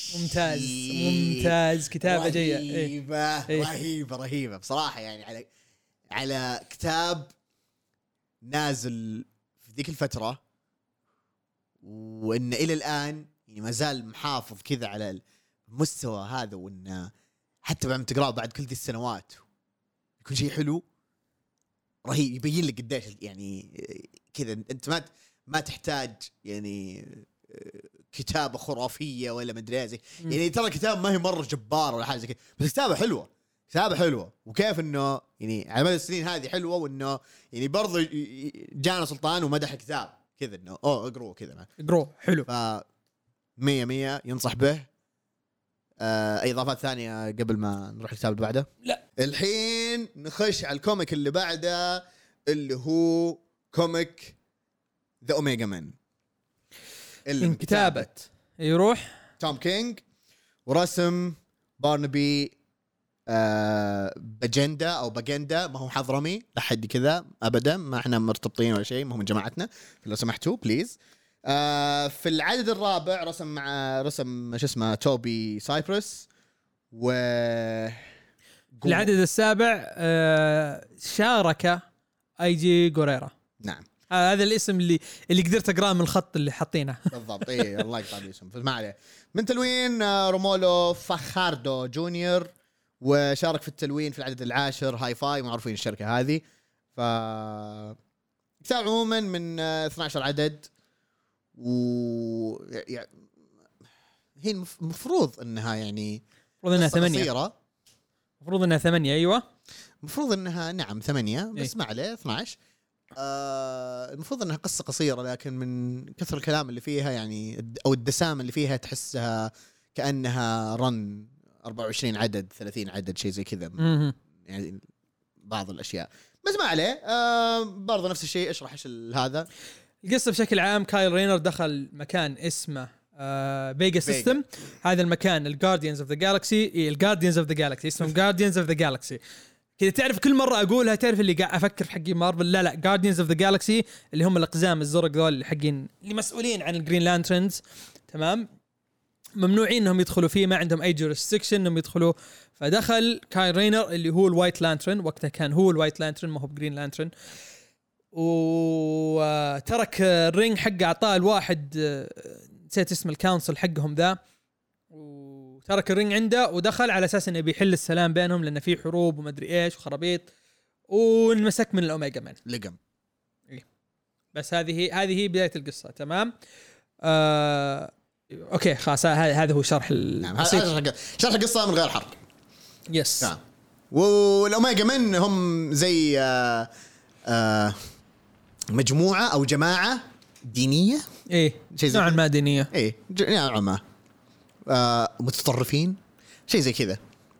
ممتاز كتابه جيده رهيبه بصراحه يعني على كتاب نازل في ذيك الفتره وإن إلى الآن يعني ما زال محافظ كذا على المستوى هذا وإن حتى بعد ما تقرأه بعد كل ذي السنوات يكون شيء حلو رهيب يبين لك قديش يعني كذا أنت ما تحتاج يعني كتابة خرافية ولا مدري زي يعني ترى الكتاب ما هي مرة جبار ولا حاجة زي كذا بس كتابة حلوة وكيف إنه يعني على مدى السنين هذه حلوة وإنه يعني برضو جانا سلطان ومدح الكتاب كذا إنه اقرأوا كذا حلو 100 ينصح به. أي إضافات ثانية قبل ما نروح الكتاب اللي بعده؟ لا الحين نخش على الكوميك اللي بعده اللي هو كوميك ذا أوميجا مان من كتابة يروح توم كينج ورسم بارنبي بجندا أو بجندا ما هو حضرمي لحد كذا أبدا ما إحنا مرتبطين ولا شيء ما هو من جماعتنا لو سمحتوا بليز. في العدد الرابع رسم شو اسمه توبي سايبرس العدد السابع شارك اي جي غوريرا. نعم هذا الاسم اللي قدرت اقراه من الخط اللي حاطينه بالضبط. ايه الله يقطع الاسم فما عليه. من تلوين رومولو فاخاردو جونيور وشارك في التلوين في العدد العاشر هاي فاي معروفين الشركة هذه. كتاب عموما من 12 عدد يعني هي المفروض انها يعني المفروض انها 8 ايوه المفروض انها نعم 8 بس ما عليه 12. المفروض انها قصة قصيرة لكن من كثر الكلام اللي فيها يعني او الدسامة اللي فيها تحسها كأنها رن 24 عدد 30 عدد شيء زي كذا يعني بعض الاشياء بس ما عليه. برضه نفس الشيء اشرح ايش هذا القصة بشكل عام. كايل رينر دخل مكان اسمه بيجا سيستم. هذا المكان الجارديانز اوف ذا جالكسي الجارديانز اوف ذا جالكسي اسمهم جارديانز اوف ذا جالكسي كذا. تعرف كل مرة أقولها تعرف اللي قاعد أفكر في حقين مارفل لا جارديانز اوف ذا جالكسي اللي هم الأقزام الزرق ذول اللي حقين اللي مسؤولين عن الجرين لانترنز تمام. ممنوعين انهم يدخلوا فيه ما عندهم اي جوريسدكشن انهم يدخلوا. فدخل كايل رينر اللي هو الوايت لانترن وقتها كان هو الوايت لانترن ما هو جرين لانترن وترك الرينج حقه اعطاه الواحد نسيت اسم الكونسل حقهم ذا وترك الرينج عنده ودخل على اساس انه بيحل السلام بينهم لان في حروب وما ادري ايش وخرابيط ونمسك من الاوميجا مان لقم. بس هذه هي بداية القصة تمام. اوكي خلاص هذا هو شرح نعم شرح القصة من غير حرق. يس. والأوميجا من هم زي مجموعة أو جماعة دينية ايه نوعا ما دينية. ايه نوعا ما متطرفين شيء زي كذا.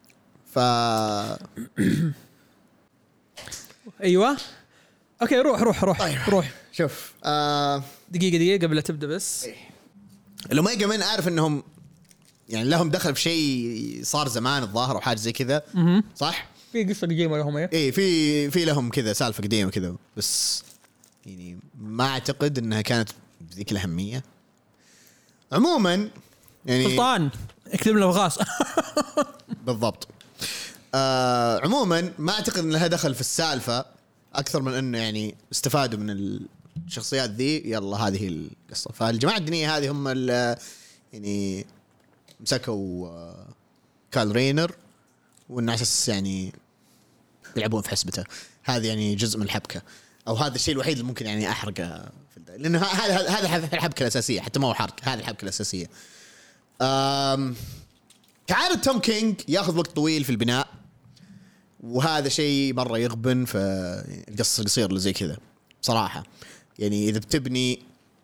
ايوه اوكي روح طيب. روح شوف دقيقة قبل لا تبدأ بس. الأوميجا من أعرف إنهم يعني لهم دخل في شيء صار زمان الظاهر وحاجة زي كذا صح؟ في قصة قديمة لهم ايه في لهم كذا سالفة قديمة كذا بس يعني ما أعتقد إنها كانت بذيك الأهمية. عموما يعني سلطان اكتب لنا الغاص. بالضبط. عموما ما أعتقد إن لها دخل في السالفة أكثر من إنه يعني استفادوا من الشخصيات ذي. يلا هذه القصة. فالجماعة الدينية هذه هم يعني مسكوا كال رينر والناس يعني يلعبون في حسبته. هذا يعني جزء من الحبكة أو هذا الشيء الوحيد اللي ممكن يعني أحرقه في لأنه هذا الحبكة الأساسية حتى ما هو حرق. هذه الحبكة الأساسية. كعادة توم كينج ياخذ وقت طويل في البناء وهذا شيء مرة يغبن في القصة قصير اللي زي كذا صراحة. يعني إذا بتبني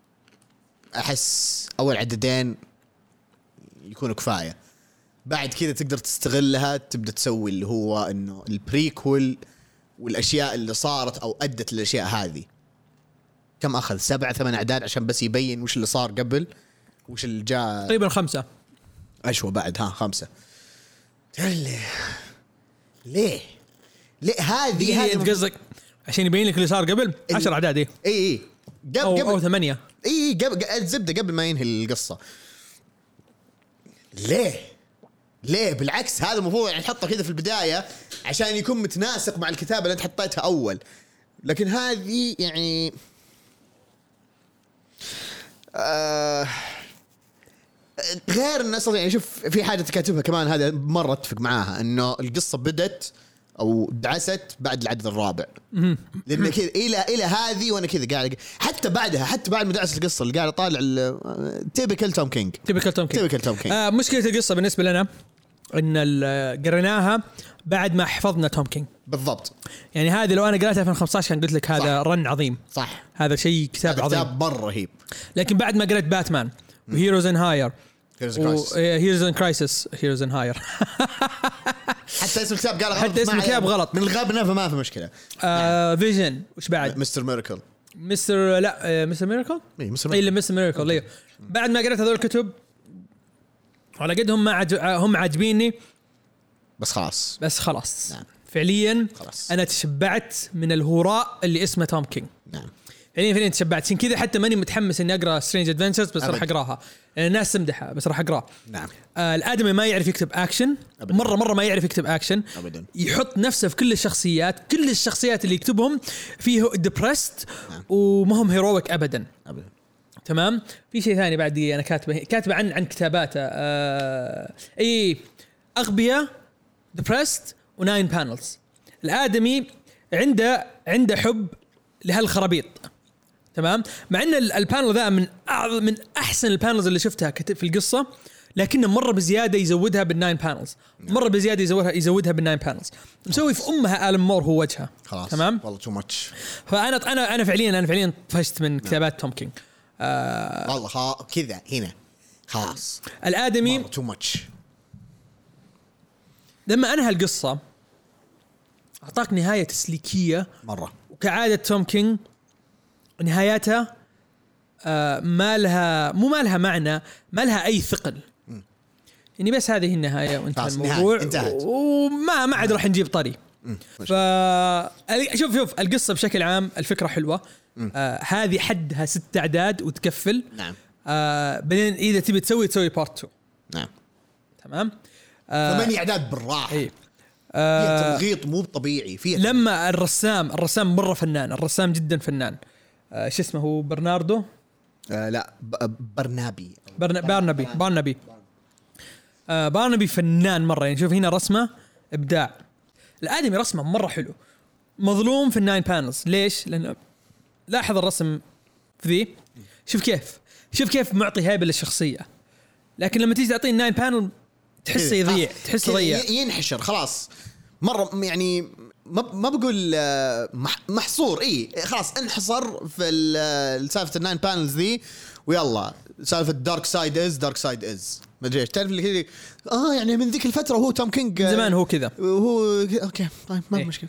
أحس أول عددين يكونوا كفاية. بعد كذا تقدر تستغلها تبدأ تسوي اللي هو إنه البريكول والأشياء اللي صارت أو أدت للأشياء هذه. كم أخذ 7-8 أعداد عشان بس يبين وش اللي صار قبل وش اللي جاء. تقريبا 5 أشوى بعد 5. ليه هذه قصدك عشان يبين لك اللي صار قبل 10 أعداد. اي قبل أو 8. اي قبل الزبدة قبل ما ينهي القصة. ليه بالعكس هذا المفروض يعني نحطه كذا في البداية عشان يكون متناسق مع الكتابة اللي انت حطيتها أول. لكن هذه يعني غير الناس يعني. شوف في حاجة كاتبها كمان هذا مرة اتفق معاها انه القصة بدت او دعست بعد العدد الرابع لان كذا الى هذه وانا كذا قاعد حتى بعد ما دعست القصة اللي قاعد اطالع تيبيكال توم كينج. مشكلة القصة بالنسبة لنا ان قريناها بعد ما حفظنا توم كينج بالضبط. يعني هذه لو انا قرأتها في 2015 كان قلت لك هذا رن عظيم صح. هذا شيء كتاب عظيم كتاب مرة رهيب. لكن بعد ما قرأت باتمان وهيروز ان هاير هيروز ان كرايسيس هيروز ان هاير حتى اسم الكتاب قال غلط. حتى اسم الكتاب غلط من الغاب فما في مشكلة. فيجن وش بعد مستر ميراكل مستر ميراكل اي مستر ميراكل. بعد ما قرأت هذول الكتب على قدهم هم عاجبيني بس خلاص. نعم. فعليا خلاص. انا تشبعت من الهراء اللي اسمه توم كينج. نعم فعليا تشبعت عشان كذا حتى ماني متحمس اني اقرا سترينج ادفنتشرز بس راح اقراها. الناس تمدحها بس راح اقراها. نعم. الادمي ما يعرف يكتب اكشن مره ما يعرف يكتب اكشن أبداً. يحط نفسه في كل الشخصيات اللي يكتبهم فيه ديبرست وما هم هيرويك ابدا. تمام. في شيء ثاني بعد انا كاتبه عن كتاباته اي اغبياء ديبرست و9 بانلز. الادمي عنده حب لهالخرابيط. تمام. مع ان البانل ذا من احسن البانلز اللي شفتها في القصه لكنه مره بزياده يزودها بال9 بانلز مره بزياده يزودها بال9 بانلز. مسوي في امها آلم مور هو وجهها. تمام. والله تو ماتش. فانا فعليا طفشت من كتابات توم كينج. والله كذا هنا خلاص. الادمي تو ماتش. لما انهى القصه اعطاك نهايه تسليكيه مره. وكعاده توم كينج نهاياتها ما لها معنى ما لها اي ثقل. يعني بس هذه النهايه وانتهى الموضوع وما عاد راح نجيب طري. شوف القصه بشكل عام الفكره حلوه. هذه حدها 6 أعداد وتكفل. نعم. بعدين اذا تبي تسوي بارت 2. نعم. تمام. 8 أعداد بالراحه. إيه. تضغيط مو طبيعي فيها. لما الرسام مره فنان. الرسام جدا فنان. شو اسمه هو برناردو لا برنابي بارنابي فنان مره. يعني شوف هنا رسمه ابداع. الادمي رسمه مره حلو. مظلوم في ال9 بانلز. ليش؟ لانه لاحظ الرسم ذي. شوف كيف معطي هيبه للشخصيه لكن لما تيجي تعطيه 9 بانل تحسه يضيع، تحسه ضيع، ينحشر خلاص مرة يعني. ما بقول محصور، خلاص انحصر في سالفة الناين بانلز ذي، ويلا سالفة دارك سايد از ما ادري ايش تعرف اللي كذا. يعني من ذيك الفترة هو توم كينج زمان هو كذا، وهو اوكي طيب ما مشكلة.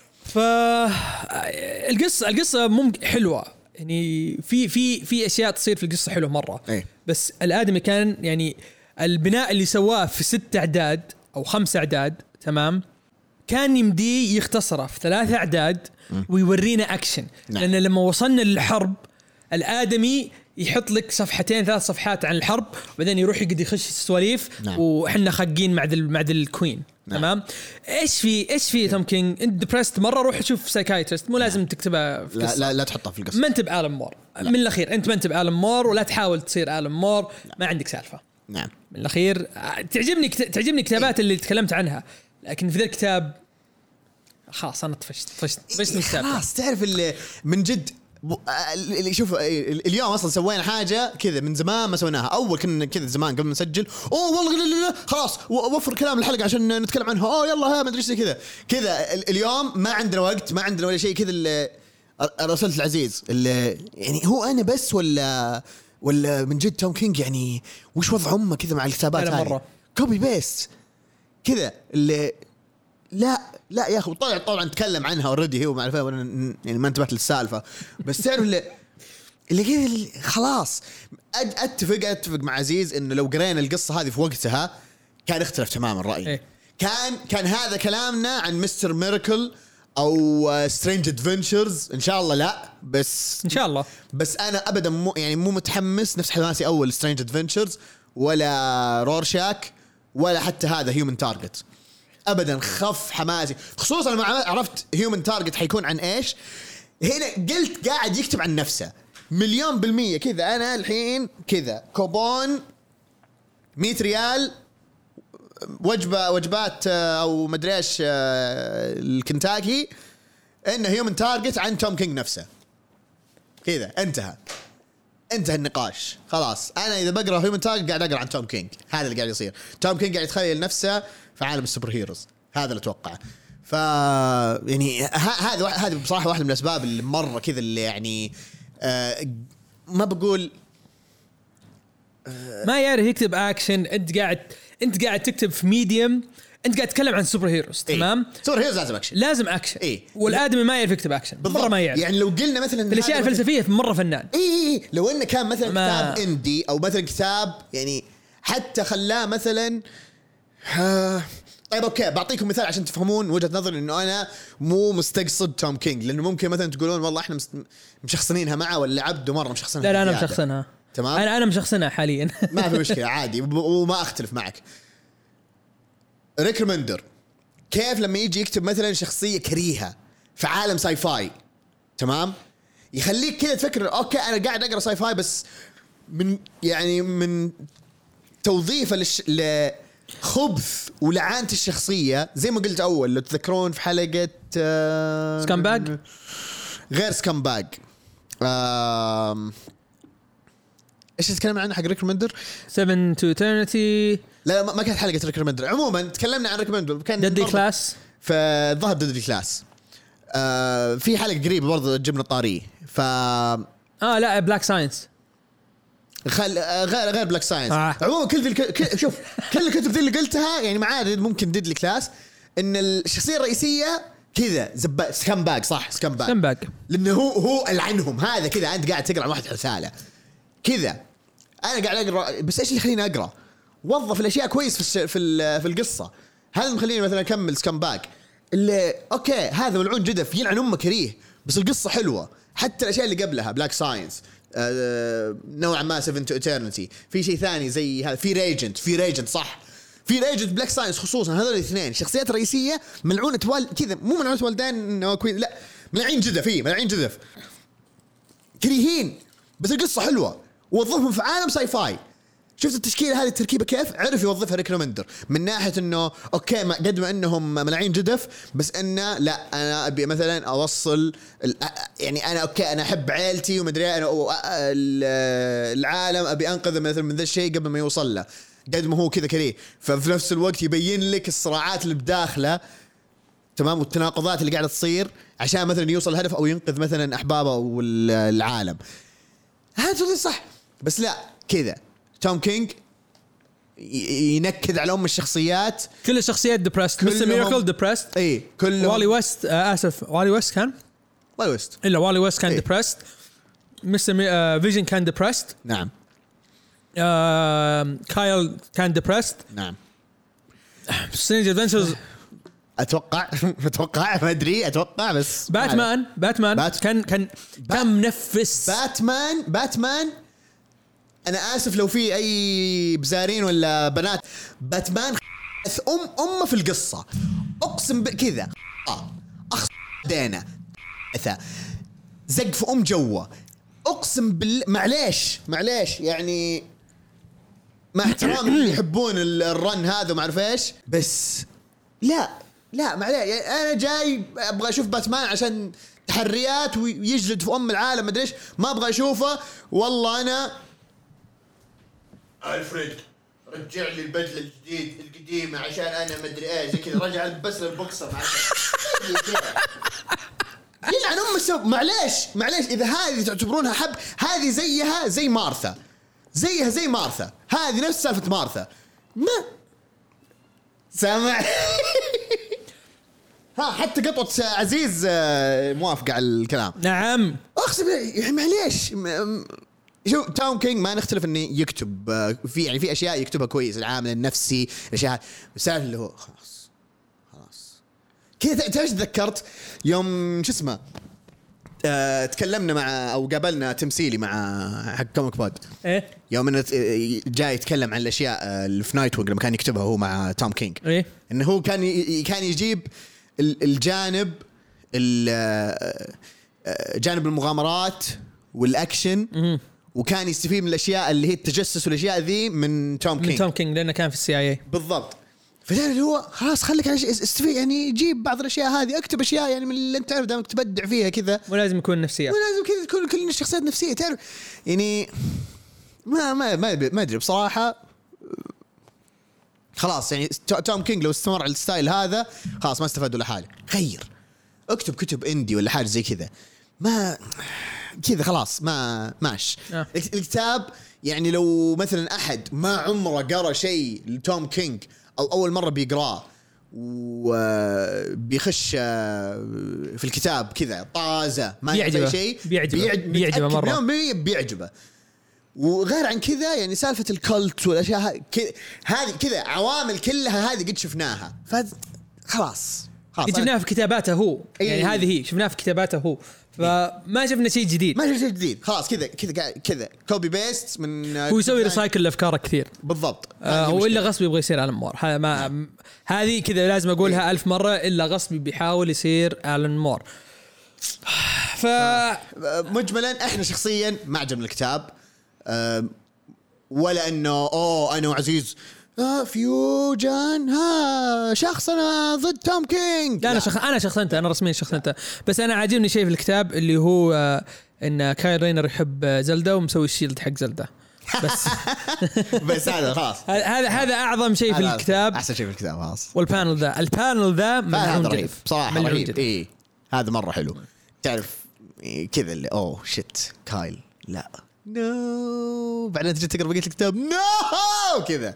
القصة ممكن حلوة يعني، في اشياء تصير في القصة حلوة مرة. بس الآدمي كان يعني البناء اللي سواه في 6 أعداد أو 5 أعداد تمام، كان يمدي يختصره في 3 أعداد ويورينا أكشن. لأن لما وصلنا للحرب الآدمي يحط لك 2-3 صفحات عن الحرب، وبعدين يروح يقعد يخش السواليف وإحنا خاقين مع الكوين. تمام. ايش في توم كينج؟ انت ديبرست مره، روح شوف سايكايترست، مو لازم تكتبها في قصة. لا تحطها في القصه. ما انت بآلم مور من الاخير، انت ما انت بآلم مور، ولا تحاول تصير آلم مور. ما عندك سالفه. نعم. من الاخير تعجبني كتابات اللي تكلمت عنها، لكن في ذا الكتاب خلاص انا طفشت من الكتاب. خلاص تعرف اللي من جد اللي شوف اليوم اصلا سوينا حاجه كذا من زمان ما سويناها. اول كنا كذا زمان قبل ما نسجل والله لا خلاص وفر كلام الحلقه عشان نتكلم عنها. يلا ها ما ادري ايش كذا اليوم ما عندنا وقت، ما عندنا ولا شيء كذا. اللي رسلت العزيز اللي يعني هو انا بس ولا من جد توم كينج يعني وش وضع امه كذا مع الكتابات هذه كوبي بيست كذا اللي لا يا اخي. طبعا نتكلم عنها اوريدي هو مع يعني ما انتبهت للسالفه، بس تعرف اللي كذا خلاص. اتفق مع عزيز انه لو قرينا القصه هذه في وقتها كان اختلف تماما الراي. كان هذا كلامنا عن مستر ميراكل او سترينج ادفنتشرز ان شاء الله. لا بس ان شاء الله، بس انا ابدا مو متحمس نفس حماسي اول سترينج ادفنتشرز ولا رورشاك ولا حتى هذا هيومن تارجت. ابدا خف حماسي، خصوصا لما عرفت هيومن تارجت حيكون عن ايش. هنا قلت قاعد يكتب عن نفسه 1,000,000% كذا. انا الحين كذا كوبون 100 ريال وجبات او مدري ايش الكنتاكي، انه هيومن تارجت عن توم كينج نفسه كذا. انتهى النقاش خلاص. انا اذا بقرا هيومن تارجت قاعد اقرا عن توم كينج. هذا اللي قاعد يصير. توم كينج قاعد يتخيل نفسه في عالم السوبر هيروز. هذا اللي اتوقعه. ف يعني هذا بصراحه واحد من الاسباب اللي مره كذا اللي يعني ما بقول ما يعرف يكتب اكشن. انت قاعد تكتب في ميديوم، انت قاعد تتكلم عن سوبر هيروز. تمام. سوبر هيروز لازم اكشن. والادمي ما يعرف يكتب اكشن مره، ما يعرف. يعني لو قلنا مثلا الاشياء الفلسفيه مره فنان. لو انه كان مثلا كتاب اندي او مثلا كتاب يعني حتى خلاه مثلا طيب اوكي بعطيكم مثال عشان تفهمون وجهة نظري انه انا مو مستقصد توم كينج. لانه ممكن مثلا تقولون والله احنا مشخصنينها معه ولا عبده مره مشخصنها. لا انا مشخصنها. تمام. انا مشخصنها حاليا. ما في مشكله عادي وما اختلف معك. ريك ريمندر كيف لما يجي يكتب مثلا شخصيه كريهه في عالم ساي فاي، تمام، يخليك كذا تفكر اوكي انا قاعد اقرا ساي فاي، بس من توظيفه لخبث ولعانة الشخصيه زي ما قلت اول. لو تذكرون في حلقه سكامباج، غير سكامباج ايش تتكلم عنه حق ريك ريمندر 7 to Eternity. لا ما كانت حلقه ريك ريمندر. عموما تكلمنا عن ريك ريمندر كان ديدلي كلاس، فالظهر ديدلي كلاس في حلقه قريبه برضه جبنا طاري. ف لا بلاك ساينس غير بلاك ساينس. عموما شوف كل الكتب اللي قلتها يعني معاد ممكن ديدلي كلاس ان الشخصيه الرئيسيه كذا سكامباج. صح سكامباج لانه هو العنهم هذا كذا. انت قاعد تقرا عن واحد رساله كذا، انا قاعد اقرا بس ايش اللي يخليني اقرا؟ وظف الاشياء كويس في القصه. هذا اللي مخليني مثلا اكمل سكامباج اللي اوكي هذا ملعون جدف يلعن امه كريه، بس القصه حلوه. حتى الاشياء اللي قبلها بلاك ساينس نوعا ما 7 to Eternity. في شيء ثاني زي هذا في ريجنت صح، في ريجنت بلاك ساينس خصوصا. هذول الاثنين الشخصيات الرئيسيه ملعونه كذا، مو ملعونه والدين انه كوين، لا ملعين جدف كريهين، بس القصه حلوه. وظفهم في عالم ساي فاي. شفت التشكيله هذه التركيبه كيف عرف يوظفها ريك ريمندر من ناحيه انه اوكي ما قد ما انهم ملاعين جدف، بس انه لا انا ابي مثلا اوصل يعني انا اوكي انا احب عائلتي ومدري انا العالم ابي انقذ مثلا من ذا الشيء قبل ما يوصل له. قد ما هو كذا كريه، ففي نفس الوقت يبين لك الصراعات اللي بداخله تمام والتناقضات اللي قاعده تصير عشان مثلا يوصل الهدف او ينقذ مثلا احبابه والعالم. هذا صح، بس لا كذا توم كينج ينكد على الشخصيات، كل الشخصيات ديبرست. مستر ميراكل ديبرست، اي كل والي ويست والي ويست كان والي ويست الا والي ويست كان ديبرست. مستر فيجن كان ديبرست. نعم. كايل كان ديبرست. نعم. سترينج ادفنتشرز اتوقع ما ادري اتوقع بس باتمان كان منفس. باتمان انا اسف لو في اي بزارين ولا بنات، باتمان امه في القصه اقسم كذا دينا زق في جوه اقسم بالله. معليش يعني مع احترام اللي يحبون الرن هذا وما اعرف ايش، بس لا معليش يعني انا جاي ابغى اشوف باتمان عشان تحريات ويجلد في العالم ما ادري ايش، ما ابغى اشوفه. والله انا ألفريد رجع لي البدله القديمه عشان انا ما ادري ايش زي كذا، رجع البس البوكسر يلعن معليش اذا هذه تعتبرونها حب، هذه زي مارثا هذه نفس سالفه مارثا. ما سامع ها حتى قطوة عزيز موافق على الكلام. نعم اقسم معليش شو توم كينج ما نختلف انه يكتب في اشياء يكتبها كويس، العامل النفسي الاشياء، بس اللي هو خلاص كذا. تذكرت يوم شو اسمه تكلمنا مع او قابلنا تمثيلي مع حق كوميك بود ايه، يوم انه جاي يتكلم عن الاشياء اللي في نايت وورك لما كان يكتبها هو مع توم كينج ايه، انه هو كان يجيب الجانب جانب المغامرات والاكشن وكان يستفيد من الاشياء اللي هي التجسس والاشياء ذي من توم كينج لانه كان في السي اي اي بالضبط. فداري هو خلاص خليك استفيد يعني جيب بعض الاشياء هذه، اكتب اشياء يعني من اللي انت تعرف دامك تبدع فيها كذا، ولازم يكون نفسيات، ولازم كذا تكون كل الشخصيات نفسيه تعرف يعني. ما ادري بصراحه. خلاص يعني توم كينج لو استمر على الستايل هذا خلاص ما استفاد ولا حاجه. غير اكتب كتب اندي ولا حاجه زي كذا، ما كذا خلاص ما ماش. الكتاب يعني لو مثلا احد ما عمره قرأ شيء لتوم كينج او اول مره بيقراه وبيخش في الكتاب كذا طازه ما يعجبه شيء بيعجبه مره بيعجبه. وغير عن كذا يعني سالفه الكولت والاشياء هذه كذا عوامل كلها هذه قد شفناها، خلاص شفناها في كتاباته هو يعني هذه هي شفناها في كتاباته هو، فما شفنا شيء جديد. خلاص كذا كوبي بيست من هو يسوي ريسايكل لافكاره كثير بالضبط. هو الا غصب يبغى يصير ألان مور، هذه كذا لازم اقولها 1000 مره، الا غصب بيحاول يصير ألان مور. مجملا احنا شخصيا ما عجبنا الكتاب ولا انه انا وعزيز فيوجن شخص انا ضد توم كينج. لا انا شخص انت، انا رسميا شخص انت، بس انا عاجبني شيء في الكتاب اللي هو ان كايل رينر يحب زلدا ومسوي الشيلد حق زلدا بس هذا خلاص هذا اعظم شيء في الكتاب، احسن شيء في الكتاب خلاص. والبانل ذا هذا رهيب بصراحه، رهيب ايه هذا مره حلو. تعرف كذا اللي شت كايل لا بعدين تجي تقرا بقيه الكتاب كذا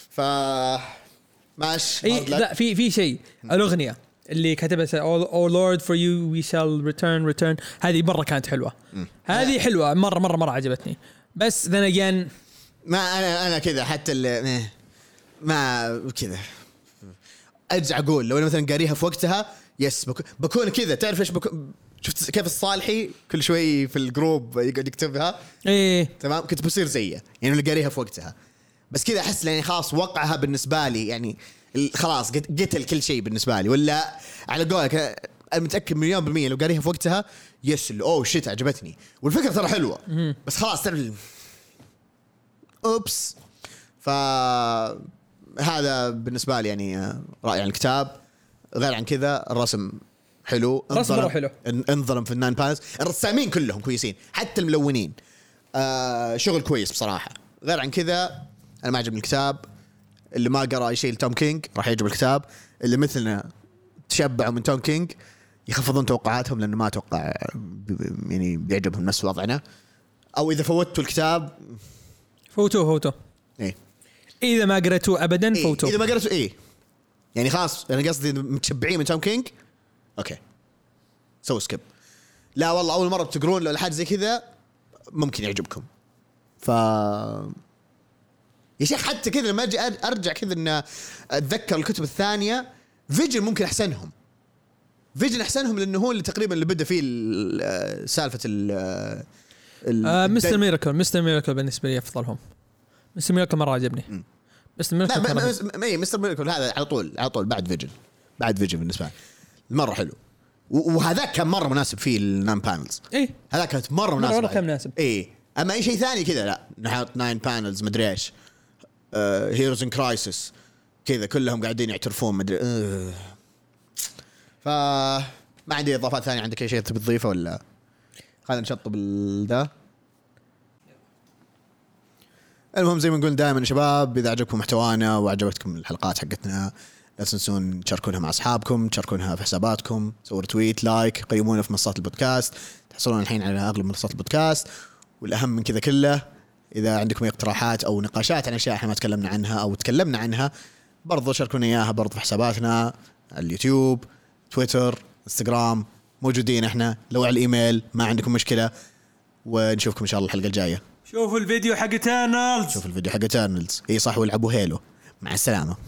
ماش لا في شيء الاغنيه اللي كتبتها Oh Lord for you we shall return هذه مره كانت حلوه، هذه حلوه مره عجبتني. بس then again ما انا كذا حتى ما كذا ارجع اقول لو انا مثلا قاريها في وقتها بكون كذا. تعرف ايش شفت كيف الصالحي كل شوي في الجروب يقعد يكتبها تمام، كنت بصير زيه يعني اللي قاريها في وقتها، بس كذا احس يعني خلاص وقعها بالنسبه لي يعني خلاص قتل كل شيء بالنسبه لي. ولا على قولك انا متاكد 100% لو قاريها في وقتها شيت عجبتني والفكره ترى حلوه، بس خلاص تعرف اوبس. فهذا بالنسبه لي يعني راي عن الكتاب. غير عن كذا الرسم حلو، رسمه حلو، انظلم في الناين بانز، الرسامين كلهم كويسين حتى الملونين، شغل كويس بصراحه. غير عن كذا انا ما عجبني الكتاب، اللي ما قرأ أي شيء لتوم كينج راح يعجب الكتاب. اللي مثلنا تشبعوا من توم كينج يخفضون توقعاتهم لأنه ما أتوقع يعني بيعجبهم نفس وضعنا. أو إذا فوتوا الكتاب فوتوه إيه. إذا ما قرأتوه أبدا إيه. فوتوه. إذا ما قرأتوا إيه يعني خلاص أنا قصدي متشبعين من توم كينج أوكي سووا سكيب. لا والله أول مرة بتقرون لو حاجة زي كذا ممكن يعجبكم. يا شيخ حتى كذا لما أجي أرجع كذا إن أتذكر الكتب الثانية فيجن ممكن أحسنهم. فيجن أحسنهم لأنه هو اللي تقريبا اللي بدأ فيه سالفة مستر ميراكل بالنسبة لي أفضلهم. مستر ميراكل مرة عجبني. مستر ميراكل هذا على طول بعد فيجن بالنسبة لي مرة حلو. وهذا كان مرة مناسب فيه النان بانلز. إيه هذا كانت مرة مناسب. إيه أما أي شيء ثاني كذا لا نحط 9 بانلز مدري إيش هيروز إن كرايسيس كذا كلهم قاعدين يعترفون مدري فما عندي إضافات ثانية. عندك أي شيء تبي تضيفه ولا خلينا نشطب ذا؟ المهم زي ما نقول دائما شباب إذا عجبكم محتوانا وعجبتكم الحلقات حقتنا لا تنسون تشاركونها مع أصحابكم تشاركونها في حساباتكم سووا تويت لايك قيمونا في منصات البودكاست تحصلون الحين على أغلب منصات البودكاست. والأهم من كذا كله إذا عندكم أي اقتراحات أو نقاشات عن أشياء إحنا ما تكلمنا عنها أو تكلمنا عنها برضو شاركونا إياها برضو في حساباتنا اليوتيوب تويتر انستغرام موجودين إحنا. لو على الإيميل ما عندكم مشكلة. ونشوفكم إن شاء الله الحلقة الجاية. شوفوا الفيديو حق تيرنلز. إيه صح والعبوا هيلو. مع السلامة.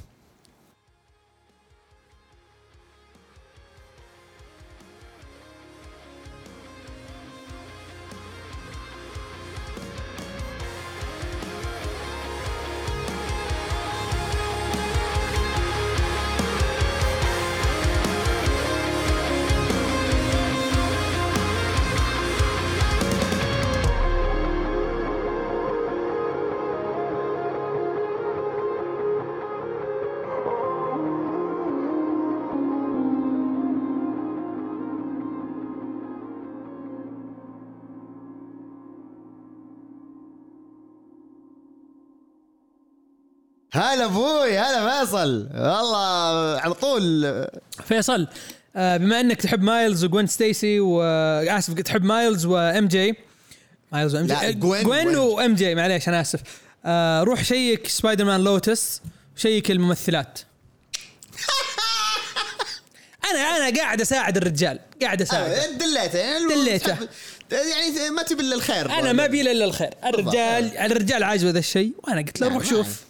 هلا ابوي هلا فيصل والله على طول. فيصل بما انك تحب مايلز وجوين ستيسي واسف تحب مايلز وام جي جوين وام جي معليش انا اسف روح شيك سبايدر مان لوتس شيك الممثلات. انا قاعد اساعد الرجال قاعد اساعد دليته يعني ما تبي الا الخير. انا ما بي الا الخير. الرجال عايز هذا الشيء وانا قلت له روح شوف